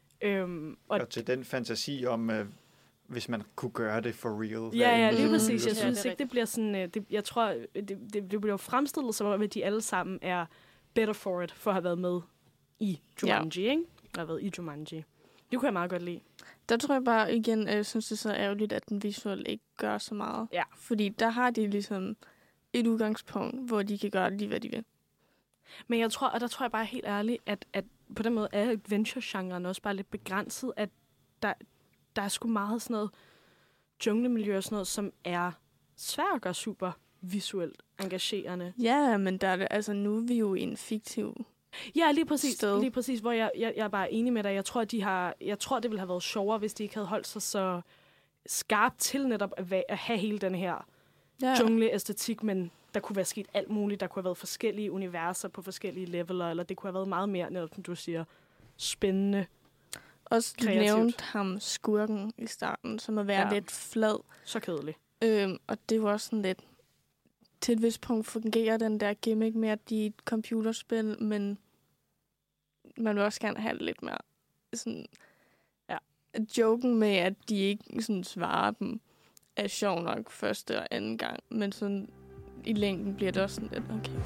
Og til den fantasi om, hvis man kunne gøre det for real. Ja, lige præcis. Jeg synes ikke, det bliver sådan... jeg tror, det bliver fremstillet som om, at de alle sammen er better for it, for at have været med i Jumanji, ikke? Jeg har været i Jumanji. Det kunne jeg meget godt lide. Der tror jeg bare igen, jeg synes det er så ærgerligt, at den visuelle ikke gør så meget. Ja. Fordi der har de ligesom et udgangspunkt, hvor de kan gøre lige, hvad de vil. Men jeg tror, og der tror jeg bare helt ærligt, at på den måde er adventure-genren også bare lidt begrænset, at der er sgu meget sådan noget junglemiljø og sådan noget, som er svært at gøre super visuelt engagerende. Ja, men der er det, altså nu er vi jo i en fiktiv ja, lige præcis, hvor jeg er bare enig med dig. Jeg tror, det ville have været sjovere, hvis de ikke havde holdt sig så skarpt til netop at have hele den her jungle-æstetik, men der kunne være sket alt muligt. Der kunne have været forskellige universer på forskellige leveler, eller det kunne have været meget mere, netop som du siger, spændende. Også nævnt ham skurken i starten, som at være lidt flad. Så kedelig. Og det var også sådan lidt... Til et vist punkt fungerer den der gimmick med, at de er et computerspil, men man vil også gerne have det lidt mere sådan... Ja. Joken med, at de ikke sådan svarer dem, er sjov nok første og anden gang, men sådan i længden bliver det også sådan lidt, okay.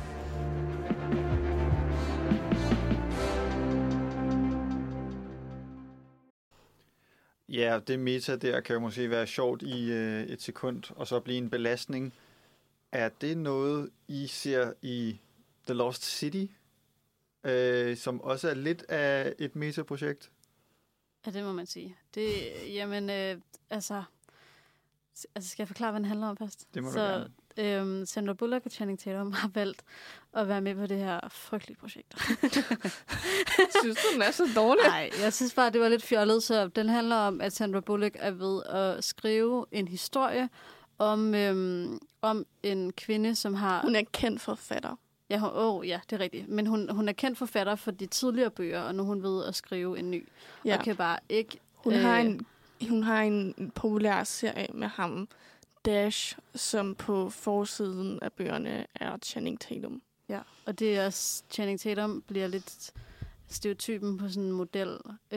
Ja, det meta der kan jo måske være sjovt i et sekund, og så blive en belastning. Er det noget, I ser i The Lost City, som også er lidt af et meta-projekt? Ja, det må man sige. Det, jamen, altså, skal jeg forklare, hvad den handler om først? Det må du gerne. Sandra Bullock og Channing Tatum har valgt at være med på det her frygtelige projekt. Synes du, den er så dårlig? Nej, jeg synes bare, det var lidt fjollet. Så den handler om, at Sandra Bullock er ved at skrive en historie om en kvinde, som har... Hun er kendt forfatter. Ja, det er rigtigt. Men hun er kendt forfatter for de tidligere bøger, og nu er hun ved at skrive en ny. Ja. Og kan bare ikke... Hun har en populær serie med ham, Dash, som på forsiden af bøgerne er Channing Tatum. Ja, og det er også... Channing Tatum bliver lidt stereotypen på sådan en model.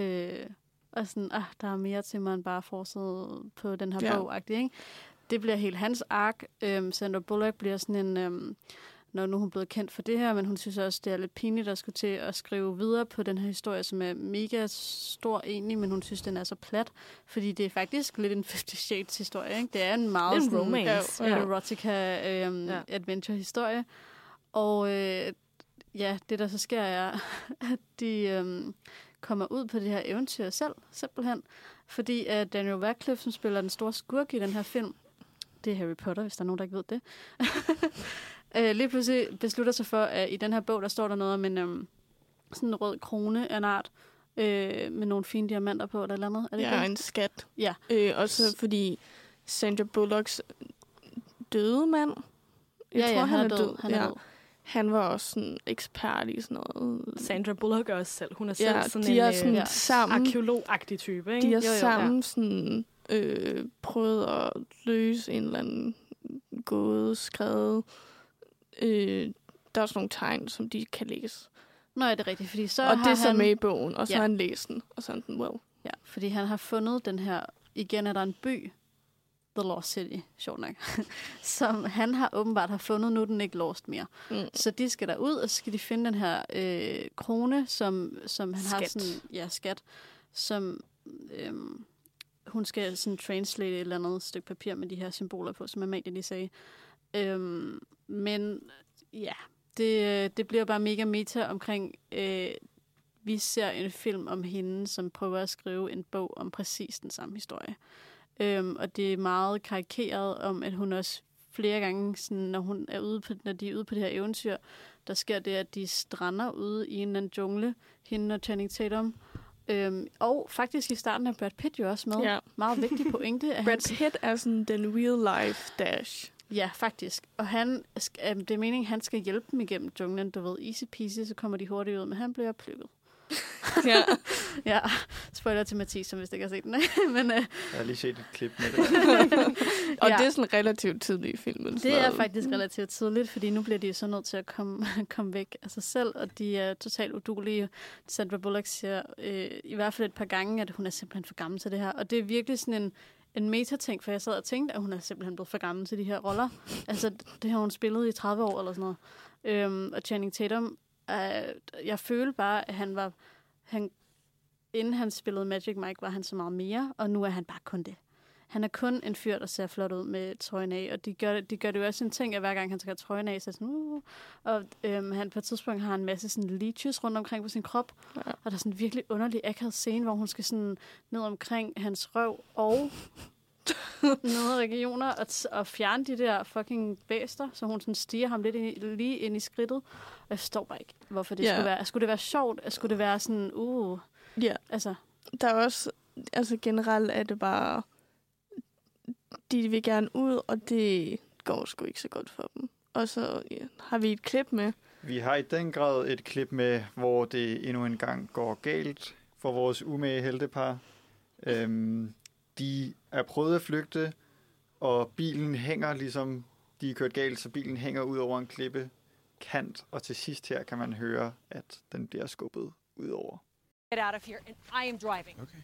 Og sådan, der er mere til mig end bare forsiden på den her bog-agtig, ikke? Det bliver helt hans ark. Sandra Bullock bliver sådan en... når nu hun er blevet kendt for det her, men hun synes også, det er lidt pinligt at skulle til at skrive videre på den her historie, som er mega stor egentlig, men hun synes, den er så plat, fordi det er faktisk lidt en 50 Shades historie, ikke? Det er en meget sådan, romance. Erotica adventure-historie. Og det der så sker er, at de kommer ud på det her eventyr selv, simpelthen, fordi Daniel Radcliffe, som spiller den store skurk i den her film, det er Harry Potter, hvis der er nogen, der ikke ved det, lige pludselig beslutter sig for, at i den her bog, der står der noget om en sådan en rød krone af en art, med nogle fine diamanter på, eller andet. Er det ikke en skat. Ja. Også fordi Sandra Bullocks døde mand, jeg tror, han er død. Han er død. Han var også sådan ekspert i sådan noget. Sandra Bullock er også selv. Hun er selv sådan de en er sådan sammen, arkeolog-agtig type, ikke? De er sammen sådan, prøvet at løse en eller anden gåde, skrevet. Der er sådan nogle tegn, som de kan læse. Nå, er det rigtigt, fordi så og har det er så han... med i bogen, og så har han læst den, og sådan den, wow. Ja, fordi han har fundet den her, igen er der en by, The Lost City, sjovt nok, som han har åbenbart har fundet, nu er den ikke lost mere. Så de skal derud, og så skal de finde den her krone, som han har sådan, skat, som hun skal sådan translate et eller andet stykke papir med de her symboler på, som Amalie lige sagde. Men ja, det bliver bare mega meta omkring, vi ser en film om hende, som prøver at skrive en bog om præcis den samme historie. Og det er meget karikeret om, at hun også flere gange, sådan, når de er ude på det her eventyr, der sker det, at de strander ude i en eller anden jungle, hende og Channing Tatum. Og faktisk i starten er Brad Pitt jo også med. Ja. Meget vigtig pointe. Brad Pitt er sådan den real life Dash. Ja, faktisk. Og det er meningen, han skal hjælpe dem igennem junglen. Du ved, easy peasy, så kommer de hurtigt ud, men han bliver plukket. Ja. Spoiler til Mathis, som hvis ikke har set den. Men, jeg har lige set et klip med det. Og det er sådan relativt tidligt i filmen. Det er faktisk relativt tidligt, fordi nu bliver de så nødt til at komme væk af sig selv, og de er totalt uduelige. Sandra Bullock siger i hvert fald et par gange, at hun er simpelthen for gammel til det her. Og det er virkelig sådan en meta-ting, for jeg sad og tænkte, at hun er simpelthen blevet for gammel til de her roller. Altså, det har hun spillet i 30 år eller sådan noget. Og Channing Tatum, jeg følte bare, at inden han spillede Magic Mike, var han så meget mere, og nu er han bare kun det. Han er kun en fyr, der ser flot ud med trøjen af, og de gør det jo også en ting, at hver gang han tager trøjen af, så sådan, og han på et tidspunkt har en masse sådan leeches rundt omkring på sin krop, og der er sådan en virkelig underlig akavet scene, hvor hun skal sådan ned omkring hans røv og nede regioner og fjerne de der fucking bæster, så hun sådan stiger ham lidt lige ind i skridtet. Og jeg forstår bare ikke, hvorfor det skulle være. Skulle det være sjovt? Skulle det være sådan, Ja. Altså. Der er også, altså generelt er det bare, de vil gerne ud, og det går sgu ikke så godt for dem. Og så har vi et klip med. Vi har i den grad et klip med, hvor det endnu en gang går galt for vores umage heltepar. De er prøvet at flygte, og bilen hænger ligesom, de er kørt galt, så bilen hænger ud over en klippe kant, og til sidst her kan man høre, at den bliver skubbet ud over. Get out of here, and I am driving. Okay.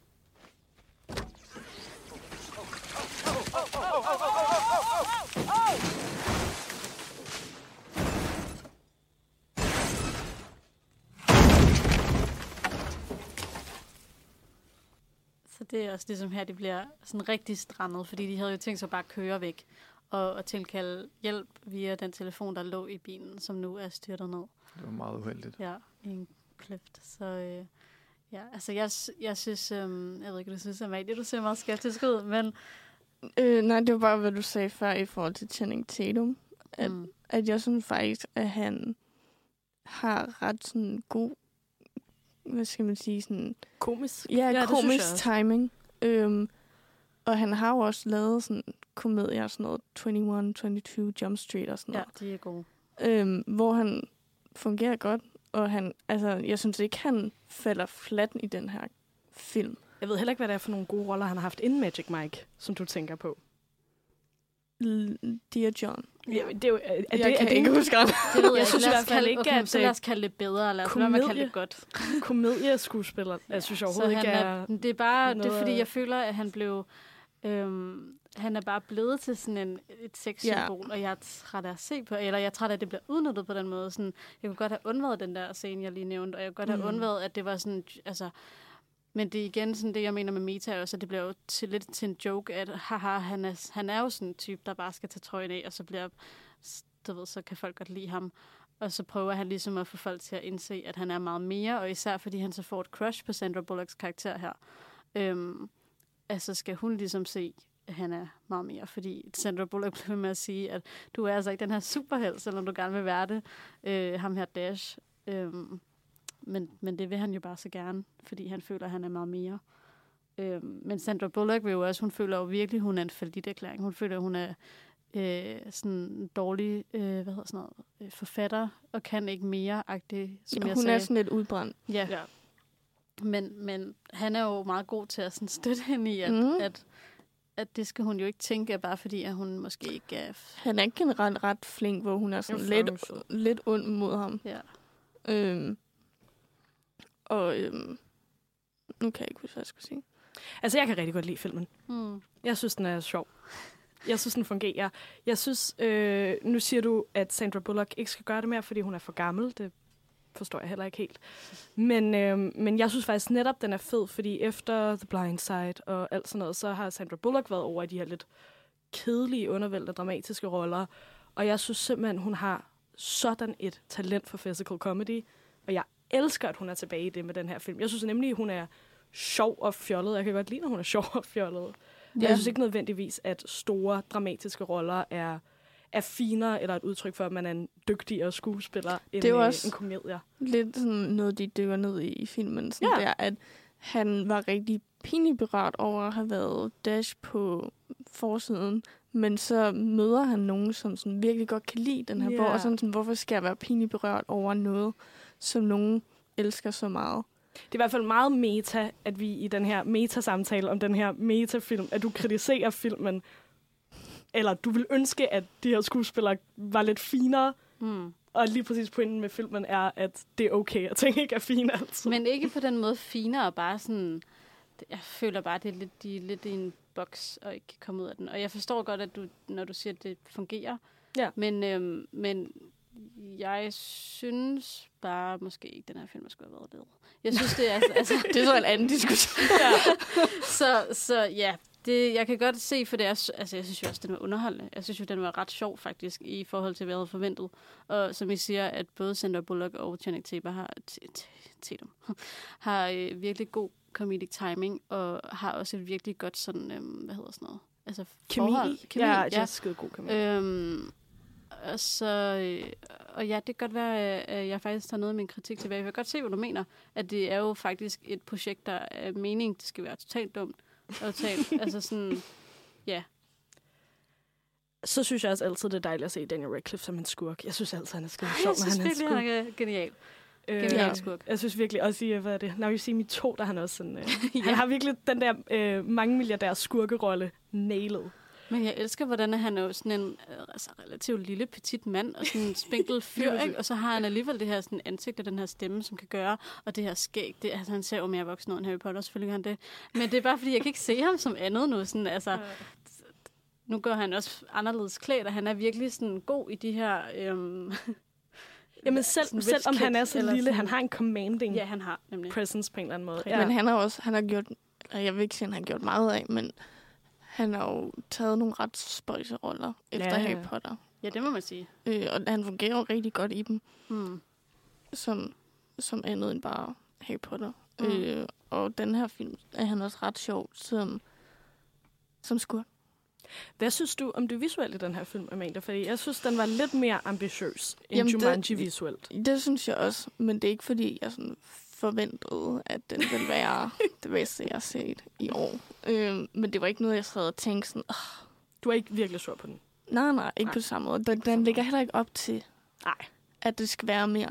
Så det er også ligesom her, de bliver sådan rigtig strandet, fordi de havde jo tænkt sig bare at køre væk og tilkalde hjælp via den telefon, der lå i bilen, som nu er styrtet ned. Det var meget uheldigt. Ja, i en kløft. Så ja, altså jeg synes, jeg ved ikke, du synes, Amalie, du ser meget skeptisk ud, men... Nej, det var bare, hvad du sagde før i forhold til Channing Tatum. At jeg synes faktisk, at han har ret sådan god, hvad skal man sige, sådan... Komisk. Ja, komisk timing. Og han har jo også lavet sådan komedier, sådan noget 21, 22 Jump Street og sådan noget. Ja, de er gode. Hvor han fungerer godt, og jeg synes ikke, han falder flat i den her film. Jeg ved heller ikke, hvad det er for nogle gode roller, han har haft inden Magic Mike, som du tænker på. Dear John. Ja, det er jo, jeg kan ikke huske det. Det ved jeg synes i hvert fald ikke, at lad os kalde det bedre, lad os kalde det godt. Komedieskuespiller, jeg synes overhovedet ikke er... Det er bare, det er fordi, jeg føler, at han blev... han er bare blevet til sådan et sexsymbol, og jeg er træt af at se på, eller jeg er træt af, at det bliver udnyttet på den måde. Sådan, jeg kunne godt have undværet den der scene, jeg lige nævnte, og jeg kunne godt have undværet, at det var sådan, altså... Men det er igen sådan det, jeg mener med meta også, at det bliver jo lidt til en joke, at haha, han er jo sådan en type, der bare skal tage trøjen af, og så bliver, så kan folk godt lide ham. Og så prøver han ligesom at få folk til at indse, at han er meget mere, og især fordi han så får et crush på Sandra Bullocks karakter her. Altså skal hun ligesom se, at han er meget mere, fordi Sandra Bullock bliver med at sige, at du er altså ikke den her superhelt, selvom du gerne vil være det, ham her Dash. Men det vil han jo bare så gerne, fordi han føler, at han er meget mere. Men Sandra Bullock vil jo også, hun føler jo virkelig, hun er en falliterklæring. Hun føler, hun er sådan en dårlig forfatter, og kan ikke mere-agtig, som jeg hun sagde. Er sådan lidt udbrændt. Ja. Men han er jo meget god til at sådan støtte hende i, at det skal hun jo ikke tænke, bare fordi, at hun måske ikke er... Han er generelt ret flink, hvor hun er sådan lidt ond mod ham. Ja. Nu kan jeg ikke huske, hvad jeg skulle sige. Altså, jeg kan rigtig godt lide filmen. Jeg synes, den er sjov. Jeg synes, den fungerer. Jeg synes, nu siger du, at Sandra Bullock ikke skal gøre det mere, fordi hun er for gammel. Det forstår jeg heller ikke helt. Men jeg synes faktisk netop, den er fed, fordi efter The Blind Side og alt sådan noget, så har Sandra Bullock været over i de her lidt kedelige, undervældte, dramatiske roller. Og jeg synes simpelthen, hun har sådan et talent for physical comedy. Og jeg elsker, at hun er tilbage i det med den her film. Jeg synes nemlig, at hun er sjov og fjollet. Jeg kan godt lide, når hun er sjov og fjollet. Ja. Jeg synes ikke nødvendigvis, at store, dramatiske roller er finere eller et udtryk for, at man er en dygtigere skuespiller end en komedie. Lidt sådan noget, de dykker ned i filmen. Sådan der, at han var rigtig pinligt berørt over at have været Dash på forsiden, men så møder han nogen, som sådan virkelig godt kan lide den her bog, og sådan, hvorfor skal jeg være pinligt berørt over noget, som nogen elsker så meget? Det er i hvert fald meget meta, at vi i den her meta-samtale om den her metafilm, at du kritiserer filmen, eller du vil ønske, at de her skuespillere var lidt finere, og lige præcis pointen med filmen er, at det er okay, at ting ikke er fine altid. Men ikke på den måde finere, bare sådan... Jeg føler bare, at de er lidt i en boks, og ikke kan komme ud af den. Og jeg forstår godt, at når du siger, at det fungerer. Ja. Men jeg synes bare, måske ikke, den her film skulle have været lavet. Jeg synes, det er... Altså, det er så en anden diskussion. Så ja, jeg kan godt se, for det er... Altså, jeg synes jo også, den var underholdende. Jeg synes jo, den var ret sjov, faktisk, i forhold til, hvad jeg havde forventet. Og som I siger, at både Sandra Bullock og Channing Tatum har virkelig god comedic timing, og har også et virkelig godt sådan... hvad hedder sådan noget? Altså, kemi. Ja, ja. skide god kemi. Og ja, det kan godt være, at jeg faktisk tager noget af min kritik tilbage. Jeg kan godt se, hvad du mener. At det er jo faktisk et projekt, der er mening, det skal være totalt dumt. Altså sådan, ja. Så synes jeg også altid, det er dejligt at se Daniel Radcliffe som en skurk. Jeg synes altid, han er skide sjov, når han er en skurk. Han er genial. Genial skurk. Jeg synes virkelig også i, hvad er det? Now You See Me 2, der han også sådan... Han har virkelig den der mange milliardær skurkerolle nailed. Men jeg elsker, hvordan han er jo sådan en relativt lille, petit mand, og sådan en spinkel fyr, ikke? Og så har han alligevel det her sådan ansigt og den her stemme, som kan gøre, og det her skæg, altså han ser jo mere voksen ud end Harry Potter, selvfølgelig han det. Men det er bare, fordi jeg kan ikke se ham som andet nu, sådan, altså... Nu går han også anderledes klædt, og han er virkelig sådan god i de her... Jamen selvom han er så lille, han har en commanding han har, nemlig. Presence på en eller anden måde. Ja. Men han har gjort, jeg vil ikke sige, at han har gjort meget af, men han har jo taget nogle ret spøjse roller efter Harry Potter. Ja, det må man sige. Og han fungerer jo rigtig godt i dem, som andet end bare Harry Potter. Og den her film er han også ret sjov som skurk. Hvad synes du om det visuelle i den her film, Amanda? Fordi jeg synes, den var lidt mere ambitiøs end Jumanji visuelt. Det synes jeg også, men det er ikke fordi, jeg sådan forventede, at den ville være det bedste, jeg har set i år. Men det var ikke noget, jeg sad og tænkte sådan... Du er ikke virkelig sur på den? Nej, ikke på samme måde. Den ligger heller ikke op til, at det skal være mere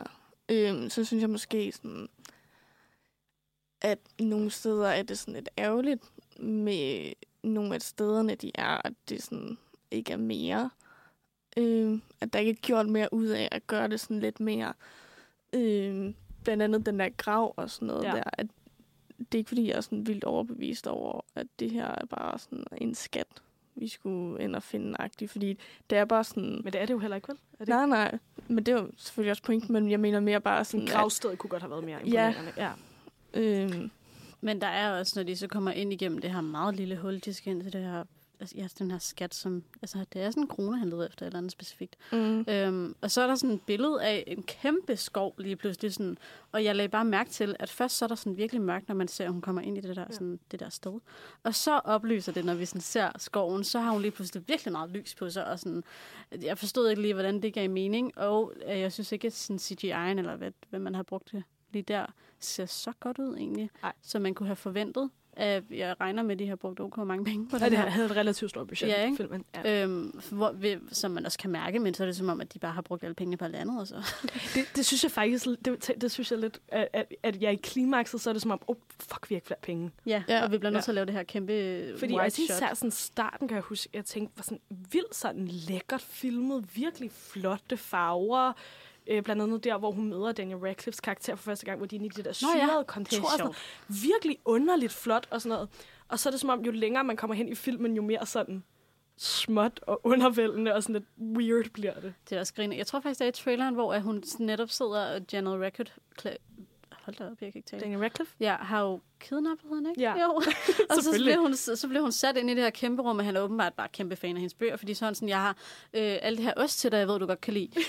Så synes jeg måske sådan, at nogle steder er det sådan lidt ærgerligt med nogle af stederne, de er, at det sådan ikke er mere. At der ikke er gjort mere ud af at gøre det sådan lidt mere. Blandt andet den der grav og sådan noget der. At det er ikke fordi, jeg er sådan vildt overbevist over, at det her er bare sådan en skat, vi skulle ind og finde-agtigt. Fordi det er bare sådan... Men det er det jo heller ikke, vel? Er det nej. Men det er jo selvfølgelig også pointen, men jeg mener mere bare sådan... En gravsted kunne godt have været mere imponerende. Ja. Men der er også, når de så kommer ind igennem det her meget lille hul, de skal ind til det her, altså, den her skat, som, altså det er sådan en krone, han leder efter et eller andet specifikt. Og så er der sådan et billede af en kæmpe skov lige pludselig, sådan, og jeg lagde bare mærke til, at først så er der sådan virkelig mørkt, når man ser, at hun kommer ind i det der, sådan, det der sted. Og så oplyser det, når vi sådan ser skoven, så har hun lige pludselig virkelig meget lys på sig, og sådan, jeg forstod ikke lige, hvordan det gav mening, og jeg synes ikke, at sådan CGI'en, eller hvad man har brugt det lige der, ser så godt ud egentlig, som man kunne have forventet. Jeg regner med, at de har brugt OK mange penge på det. Ja, det havde et relativt stort budget. Ja, ikke? Filmen. Ja. Som man også kan mærke, men så er det som om, at de bare har brugt alle pengene på alt andet. Og så. Det synes jeg faktisk, det synes jeg lidt, at jeg i klimakset, så er det som om, fuck, vi har ikke flere penge. Ja, og vi bliver nødt til at lave det her kæmpe fordi white shot. Især sådan starten, kan jeg huske, jeg tænkte, var sådan vildt sådan lækkert filmet, virkelig flotte farver. Blandt andet der, hvor hun møder Daniel Radcliffes karakter for første gang, hvor de er inde i det der syrede kontor. Virkelig underligt flot og sådan noget. Og så er det som om, jo længere man kommer hen i filmen, jo mere sådan småt og undervældende og sådan lidt weird bliver det. Det er også griner. Jeg tror faktisk, det er i traileren, hvor hun netop sidder og Daniel Radcliffe... Hold da op, jeg kan ikke tale. Daniel Radcliffe? Ja, har jo kidnappet hende, ikke? Ja. Jo. Og så blev hun sat ind i det her kæmpe rum, og han er åbenbart bare kæmpe fan af hendes bøger, fordi sådan, jeg har alt det her ost til dig, jeg ved, du godt kan lide.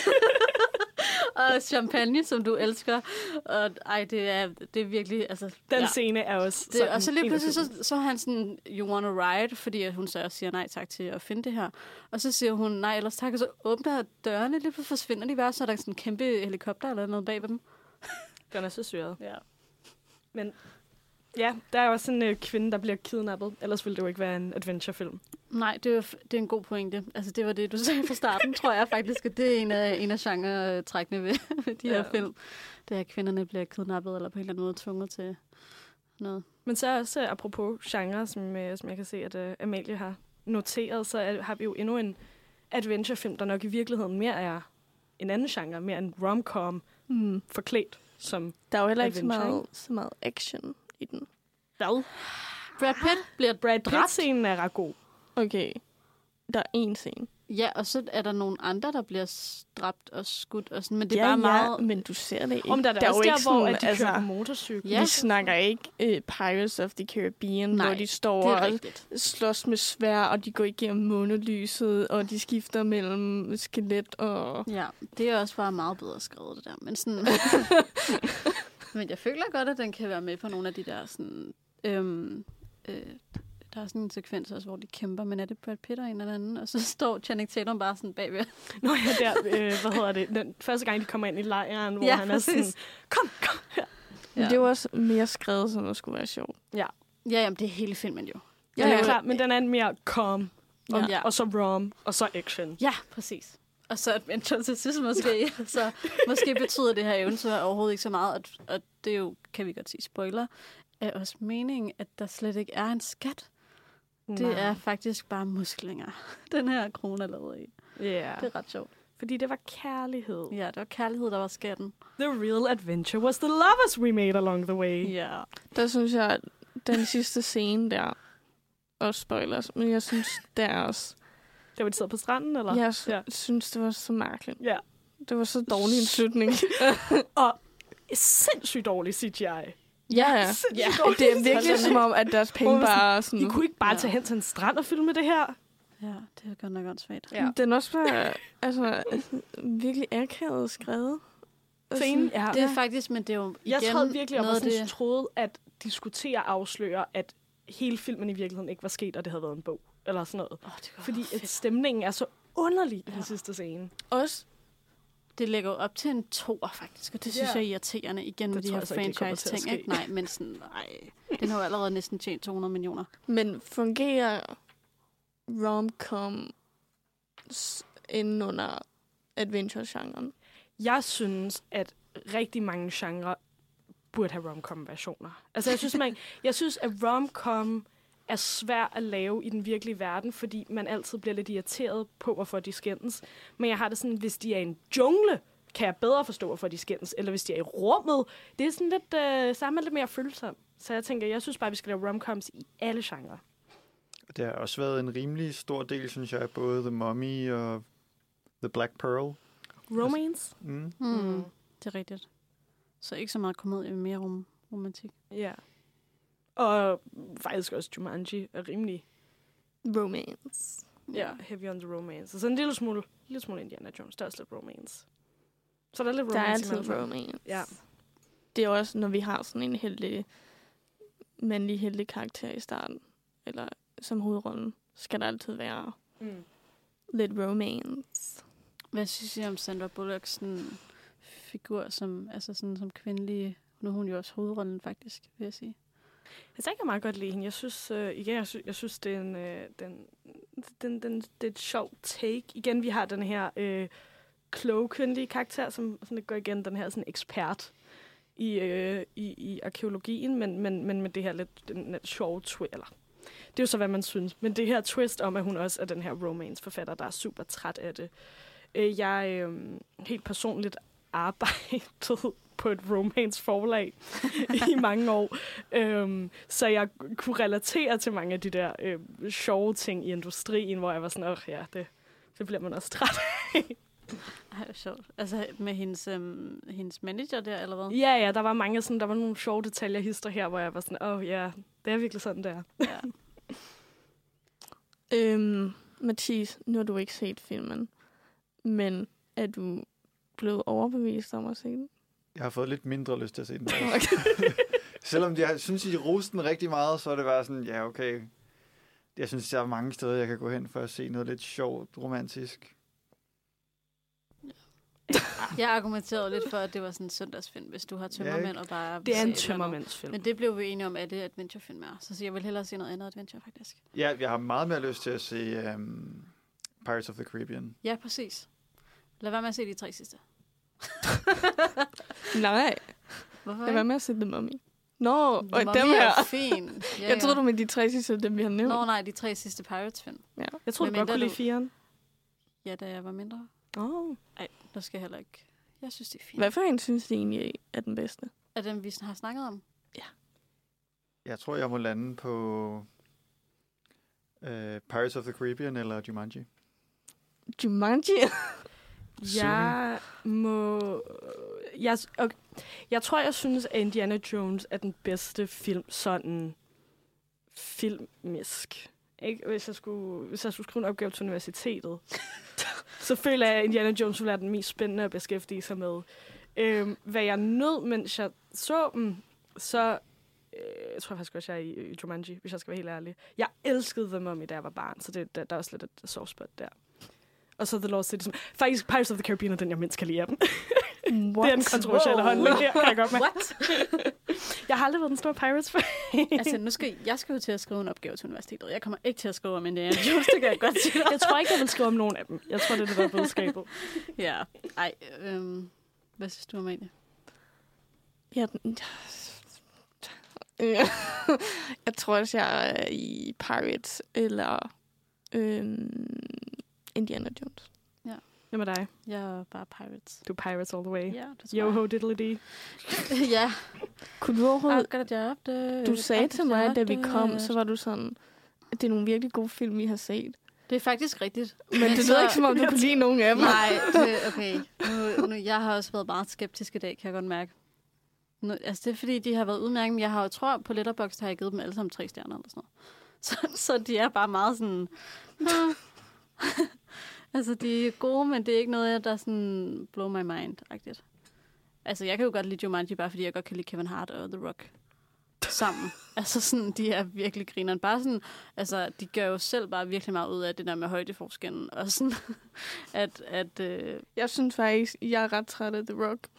Og champagne, som du elsker. Og det er virkelig... Altså, den scene er også sådan... Og så lige pludselig, så er han sådan, you wanna ride, fordi hun så siger nej tak til at finde det her. Og så siger hun nej, ellers tak, og så åbner dørene, lige pludselig forsvinder de bare, så er der sådan en kæmpe helikopter eller noget bag ved dem. Den er så syret. Ja. Men ja, der er også en kvinde, der bliver kidnappet. Ellers ville det jo ikke være en adventurefilm. Nej, det er en god pointe. Altså, det var det, du sagde fra starten, tror jeg faktisk, at det er en af genre-trækkene ved de her film. Det er, at kvinderne bliver kidnappet eller på en eller anden måde tvunget til noget. Men så også apropos genre, som jeg kan se, at Amalie har noteret, så har vi jo endnu en adventurefilm, der nok i virkeligheden mere er en anden genre, mere en rom-com forklædt som der er jo heller ikke så meget action i den. Hvad? Brad Pitt bliver Brad Pitt-scenen er ret god. Okay, der er én scene. Ja, og så er der nogle andre, der bliver dræbt og skudt og sådan, men det er bare meget... men du ser det ikke. Om der er også der, hvor de kører på motorcykel. Ja. Vi snakker ikke Pirates of the Caribbean, hvor de står og slås med svær, og de går igennem månelyset, og de skifter mellem skelet og... Ja, det er også bare meget bedre skrevet, det der. Men sådan... men jeg føler godt, at den kan være med på nogle af de der sådan... Der er sådan en sekvens også, hvor de kæmper, men er det Brad Pitt og en eller anden? Og så står Channing Tatum bare sådan bagved. Nå ja, der, hvad hedder det? Den første gang, de kommer ind i lejren, hvor han er sådan, kom her. Men det er jo også mere skrevet, som det skulle være sjovt. Ja. Ja, jamen, det er hele filmen jo. Ja, det er klart, men den er en mere calm, og så rom, og så action. Ja, præcis. Og så adventure til sidst måske. Så måske betyder det her eventyr overhovedet ikke så meget, og det er jo, kan vi godt sige, spoiler, er også meningen, at der slet ikke er en skat. Det er faktisk bare musklinger, den her krone er lavet i. Yeah. Det er ret sjovt. Fordi det var kærlighed. Ja, det var kærlighed, der var skatten. The real adventure was the lovers we made along the way. Ja. Der synes jeg, at den sidste scene der, også spoilers, men jeg synes, der er også... Der var de sidder på stranden, eller? Jeg synes, det var så mærkeligt. Ja. Det var så dårlig en slutning. Og sindssygt dårlig CGI. Ja. Det er virkelig som om, at deres penge bare sådan... I kunne ikke bare tage hen til en strand og filme det her? Ja, det er godt nok åndssvagt. Ja. Den er også bare altså, virkelig akavet skrevet. Scenen, ja. Det er faktisk, men det er jo igen jeg troede virkelig, noget troede, at diskutere afsløre, at hele filmen i virkeligheden ikke var sket, og det havde været en bog. Eller sådan noget. Fordi stemningen er så underlig i den sidste scene. Også det lægger op til en toer, faktisk, og det synes jeg er irriterende igen med de her franchise-ting. Ikke? Nej, men sådan, den har jo allerede næsten tjent 200 millioner. Men fungerer rom-com inden under adventure-genren? Jeg synes, at rigtig mange genrer burde have rom-com-versioner. Altså, jeg synes, at rom-com er svært at lave i den virkelige verden, fordi man altid bliver lidt irriteret på, hvorfor de skændes. Men jeg har det sådan, hvis de er i en jungle, kan jeg bedre forstå, hvorfor de skændes. Eller hvis de er i rummet, det er sådan lidt, så er man lidt mere følsom. Så jeg tænker, jeg synes bare, vi skal lave rom-coms i alle genrer. Det har også været en rimelig stor del, synes jeg, både The Mummy og The Black Pearl. Romance? Det er rigtigt. Så ikke så meget komedie, mere romantik. Ja. Og faktisk også Jumanji er rimelig romance. Ja, heavy on the romance. Så en lille smule Indiana Jones. Der er også lidt romance. Så der er lidt romance. Der er altid romance. Ja. Det er også, når vi har sådan en mandlig heldig karakter i starten, eller som hovedrollen, skal der altid være lidt romance. Hvad synes I om Sandra Bullocks figur som kvindelig? Nu er hun jo også hovedrollen, faktisk, vil jeg sige. Jeg kan meget godt lide hende. Jeg synes, jeg synes det er et sjovt take. Igen, vi har den her kloge kvindelige karakter, som sådan går igen den her sådan ekspert i arkeologien, men med det her lidt sjove twist. Det er jo så, hvad man synes. Men det her twist om, at hun også er den her romance-forfatter, der er super træt af det. Jeg helt personligt arbejdet på et romance-forlag i mange år. Så jeg kunne relatere til mange af de der sjove ting i industrien, hvor jeg var sådan, det bliver man også træt af. Ej, det er sjovt. Altså med hendes manager der, eller hvad? Ja, der var mange sådan, der var nogle sjove detaljerhister her, hvor jeg var sådan, det er virkelig sådan, der. Ja. Mathias, nu har du ikke set filmen, men er du blevet overbevist om at se den? Jeg har fået lidt mindre lyst til at se den. Selvom jeg synes, I roste den rigtig meget, så er det bare sådan, ja, okay. Jeg synes, der er mange steder, jeg kan gå hen for at se noget lidt sjovt, romantisk. Jeg argumenterede lidt for, at det var sådan en søndagsfilm, hvis du har tømmermænd og bare... Det er en tømmermændsfilm. Men det blev vi enige om, at det adventurefilm er. Så jeg vil hellere se noget andet adventure, faktisk. Ja, jeg har meget mere lyst til at se Pirates of the Caribbean. Ja, præcis. Lad være med at se de 3 sidste. Nej. Hvorfor Lad være med at se The Mummy. Nå, The Mummy dem her. er fin. Ja, jeg troede, du med de 3 sidste, dem vi har nævnt. Nå, nej, de 3 sidste Pirates-film. Ja. Jeg troede, du godt kunne lide 4'eren. Ja, da jeg var mindre. Nej, der skal jeg heller ikke. Jeg synes, det er fint. Hvad for en synes du egentlig er den bedste? Af dem, vi har snakket om? Ja. Jeg tror, jeg må lande på Pirates of the Caribbean eller Jumanji. Jumanji? Jeg tror, jeg synes, at Indiana Jones er den bedste film, sådan filmisk. Ikke? Hvis jeg skulle skrive en opgave til universitetet, så føler jeg, at Indiana Jones ville være den mest spændende at beskæftige sig med. Hvad jeg nød, mens jeg så dem, så jeg tror faktisk også, jeg er i Jumanji, hvis jeg skal være helt ærlig. Jeg elskede The Mummy, da jeg var barn, så der er også lidt et soft spot der. Og så The Lost City. Faktisk Pirates of the Caribbean er den, jeg mindst kan lide af dem. Det er en kontroversiel holdning her, kan jeg godt med. What? Jeg har aldrig været den store Pirates-fan. Altså, jeg skal jo til at skrive en opgave til universitetet. Jeg kommer ikke til at skrive om Indiana Jones, det kan jeg godt sige. Jeg tror ikke, jeg vil skrive om nogen af dem. Jeg tror, det er det, der er budskabet. Ja. Ej, hvad synes du om det? Jeg tror også, jeg er i Pirates eller Indiana Jones. Ja. Hvem er dig? Jeg er bare Pirates. Du er Pirates all the way. Ja, det tror jeg. Yo-ho diddly-dee. Ja. Kunne du overhovedet... Du sagde til mig, da vi kom, så var du sådan, at det er nogle virkelig gode film, vi har set. Det er faktisk rigtigt. Men det lyder ikke, som om du kunne lide nogen af dem. Nej, okay. Nu, jeg har også været meget skeptisk i dag, kan jeg godt mærke. Altså, det er fordi, de har været udmærket, men jeg har jo tror på Letterboxd har jeg givet dem alle sammen 3 stjerner eller sådan noget. Så de er bare meget sådan... Altså, de er gode, men det er ikke noget, der sådan blow my mind-agtigt. Altså, jeg kan jo godt lide Jumanji, bare fordi jeg godt kan lide Kevin Hart og The Rock sammen. Altså, sådan, de er virkelig grineren. Bare sådan, altså, de gør jo selv bare virkelig meget ud af det der med højdeforskellen. Og sådan, at Jeg synes faktisk, jeg er ret træt af The Rock.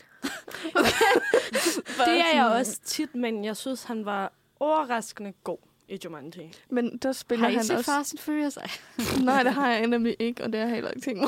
Det er jeg også tit, men jeg synes, han var overraskende god i Jumanji. Men der spiller han også... Har I set Fast and Furious? Nej, det har jeg nemlig ikke, og det har jeg heller ikke tænkt mig.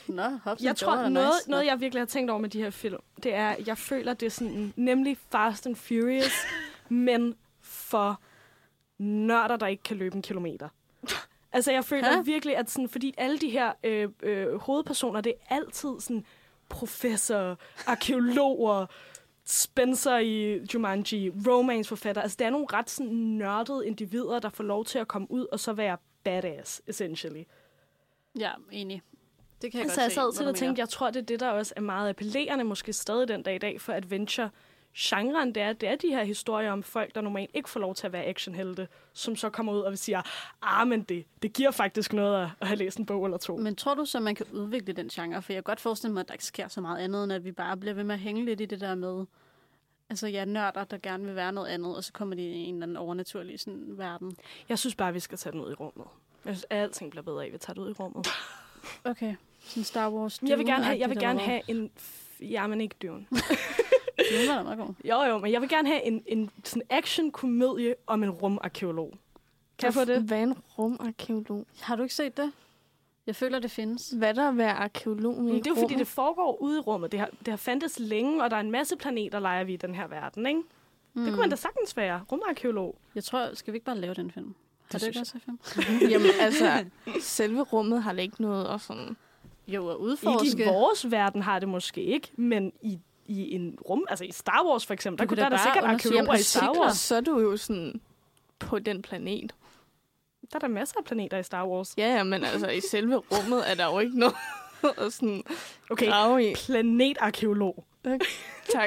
Nå, jeg tror, noget jeg virkelig har tænkt over med de her film, det er, jeg føler, det er sådan, nemlig Fast and Furious, men for nørder, der ikke kan løbe en kilometer. Altså, jeg føler virkelig, at sådan, fordi alle de her hovedpersoner, det er altid sådan professor, arkeologer, Spencer i Jumanji, romance-forfatter. Altså, det er nogle ret sådan nørdede individer, der får lov til at komme ud og så være badass, essentially. Ja, enig. Det kan jeg altså, godt se. Jeg sad til at tænke, jeg tror, det er det, der også er meget appellerende, måske stadig den dag i dag, for adventure-genren. Det er de her historier om folk, der normalt ikke får lov til at være actionhelte, som så kommer ud og siger, men det giver faktisk noget at have læst en bog eller to. Men tror du så, man kan udvikle den genre? For jeg kan godt forestille mig, at der ikke sker så meget andet, end at vi bare bliver ved med at hænge lidt i det der med, altså nørder, der gerne vil være noget andet, og så kommer de i en eller anden overnaturlig sådan, verden. Jeg synes bare, vi skal tage den ud i rummet. Jeg synes, alting bliver bedre af, at vi tager det ud i rummet. Okay. Sådan Star Wars. Jeg vil gerne have en... Ja, men ikke Dune. Dune var da meget god. Jo, men jeg vil gerne have en sådan action-komedie om en rumarkeolog. Kan jeg få det? Hvad er en rumarkeolog? Har du ikke set det? Jeg føler, det findes. Hvad der er at være arkeolog med? Det er jo fordi, det foregår ude i rummet. Det har fandtes længe, og der er en masse planeter, leger vi i den her verden, ikke? Det kunne man da sagtens være. Rumarkeolog. Jeg tror, skal vi ikke bare lave den film? Har du ikke også film? Jamen, altså, selve rummet har det ikke noget og sådan... Jo, at udforske. Ikke i vores verden har det måske ikke, men i en rum, altså i Star Wars for eksempel, der er sikkert arkeologer i Star Wars. Så er du jo sådan på den planet. Der er der masser af planeter i Star Wars. Ja, men altså i selve rummet er der jo ikke noget at sådan grave i. Planetarkeolog. Okay. Tak.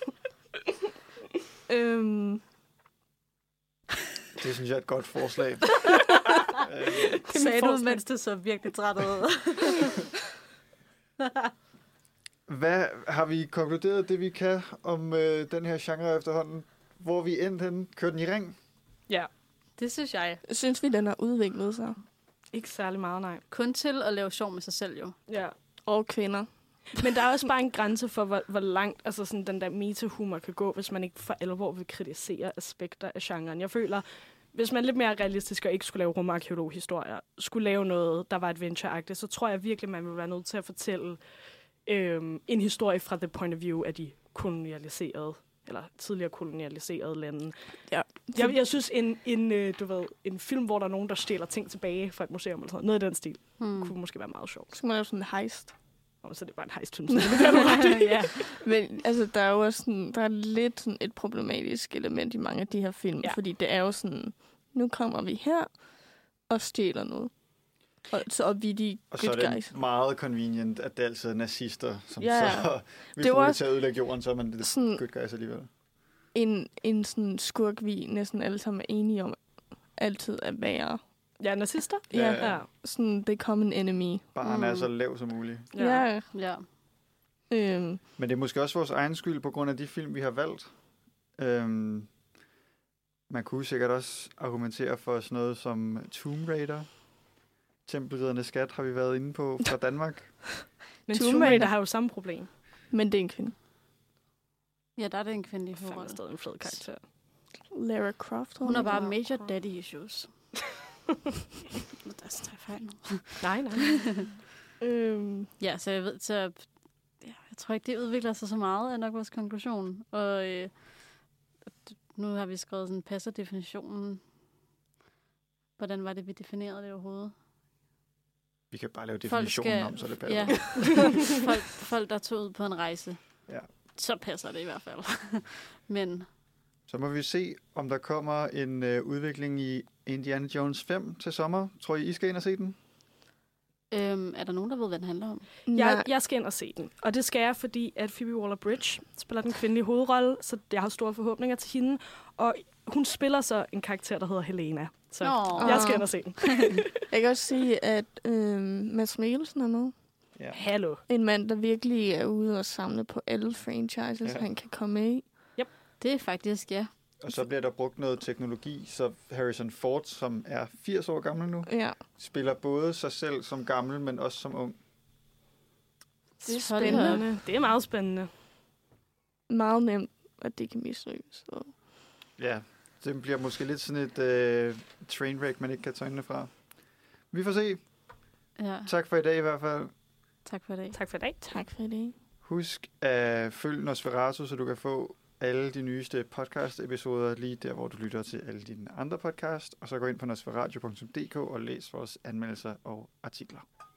Det synes jeg er et godt forslag. Det sagde du, mens det så virkelig træt ud. Hvad har vi konkluderet det, vi kan om den her genre efterhånden? Hvor vi endt henne? Kører den i ring? Ja. Det synes jeg. Synes vi, den har udviklet sig? Ikke særlig meget, nej. Kun til at lave sjov med sig selv, jo. Ja. Og kvinder. Men der er også bare en grænse for, hvor langt altså sådan, den der meta-humor kan gå, hvis man ikke for alvor vil kritisere aspekter af genren. Jeg føler, hvis man lidt mere realistisk og ikke skulle lave rumarkeolog-historier, skulle lave noget, der var adventure-agtigt, så tror jeg virkelig, man vil være nødt til at fortælle en historie fra the point of view af de kolonialiserede, eller tidligere kolonialiserede lande. Ja. Jeg synes, en film, hvor der er nogen, der stjæler ting tilbage fra et museum, eller sådan noget i den stil, kunne måske være meget sjovt. Så skal man lave sådan en heist. Så det er bare en heist-film. Ja. Men altså, der er jo også sådan, der er lidt sådan et problematisk element i mange af de her film, fordi det er jo sådan, nu kommer vi her og stjæler noget. Og vi er de og good så er guys. det meget convenient, at det altid er nazister, som så vil det bruge var det til at ødelægge jorden, så er man det sådan good guys alligevel. En sådan skurk, vi næsten alle sammen er enige om, altid at være. Ja, nazister? Ja. Sådan the common enemy. Bare han er så lav som muligt. Ja. Men det er måske også vores egen skyld, på grund af de film, vi har valgt. Man kunne sikkert også argumentere for sådan noget som Tomb Raider. Tempelriddernes skat har vi været inde på fra Danmark. Men Tomb Raider har jo samme problem. Men det er en kvinde. Ja, der er det en kvinde i hovedet. Stadig en fed karakter. Lara Croft. Hun har bare major daddy issues. Der er fejl nu. Nej. Ja, så jeg ved, jeg tror ikke, det udvikler sig så meget, er nok vores konklusion. Og nu har vi skrevet sådan, passer definitionen. Hvordan var det, vi definerede det overhovedet? Vi kan bare lave definitionen om, så det passer. Ja. folk, der tog ud på en rejse. Ja. Så passer det i hvert fald. Men så må vi se, om der kommer en udvikling i Indiana Jones 5 til sommer. Tror I skal ind og se den? Er der nogen, der ved, hvad den handler om? Jeg skal ind og se den. Og det skal jeg, fordi at Phoebe Waller-Bridge spiller den kvindelige hovedrolle, så jeg har store forhåbninger til hende. Og hun spiller så en karakter, der hedder Helena. Så jeg skal ind og se den. Jeg kan også sige, at Mads Mikkelsen er med. Ja. Hallo. En mand, der virkelig er ude og samle på alle franchises, han kan komme med i. Yep. Det er faktisk, Og så bliver der brugt noget teknologi, så Harrison Ford, som er 80 år gammel nu, spiller både sig selv som gammel, men også som ung. Det er spændende. Det er meget spændende. Meget nemt, at det kan mislykkes. Ja, det bliver måske lidt sådan et trainwreck, man ikke kan tage øjnene fra. Vi får se. Ja. Tak for i dag i hvert fald. Tak for i dag. Tak for i dag. Tak for det. Husk at følge Nosferatu, så du kan få alle de nyeste podcast-episoder lige der, hvor du lytter til alle dine andre podcast. Og så gå ind på nosferatu.dk og læs vores anmeldelser og artikler.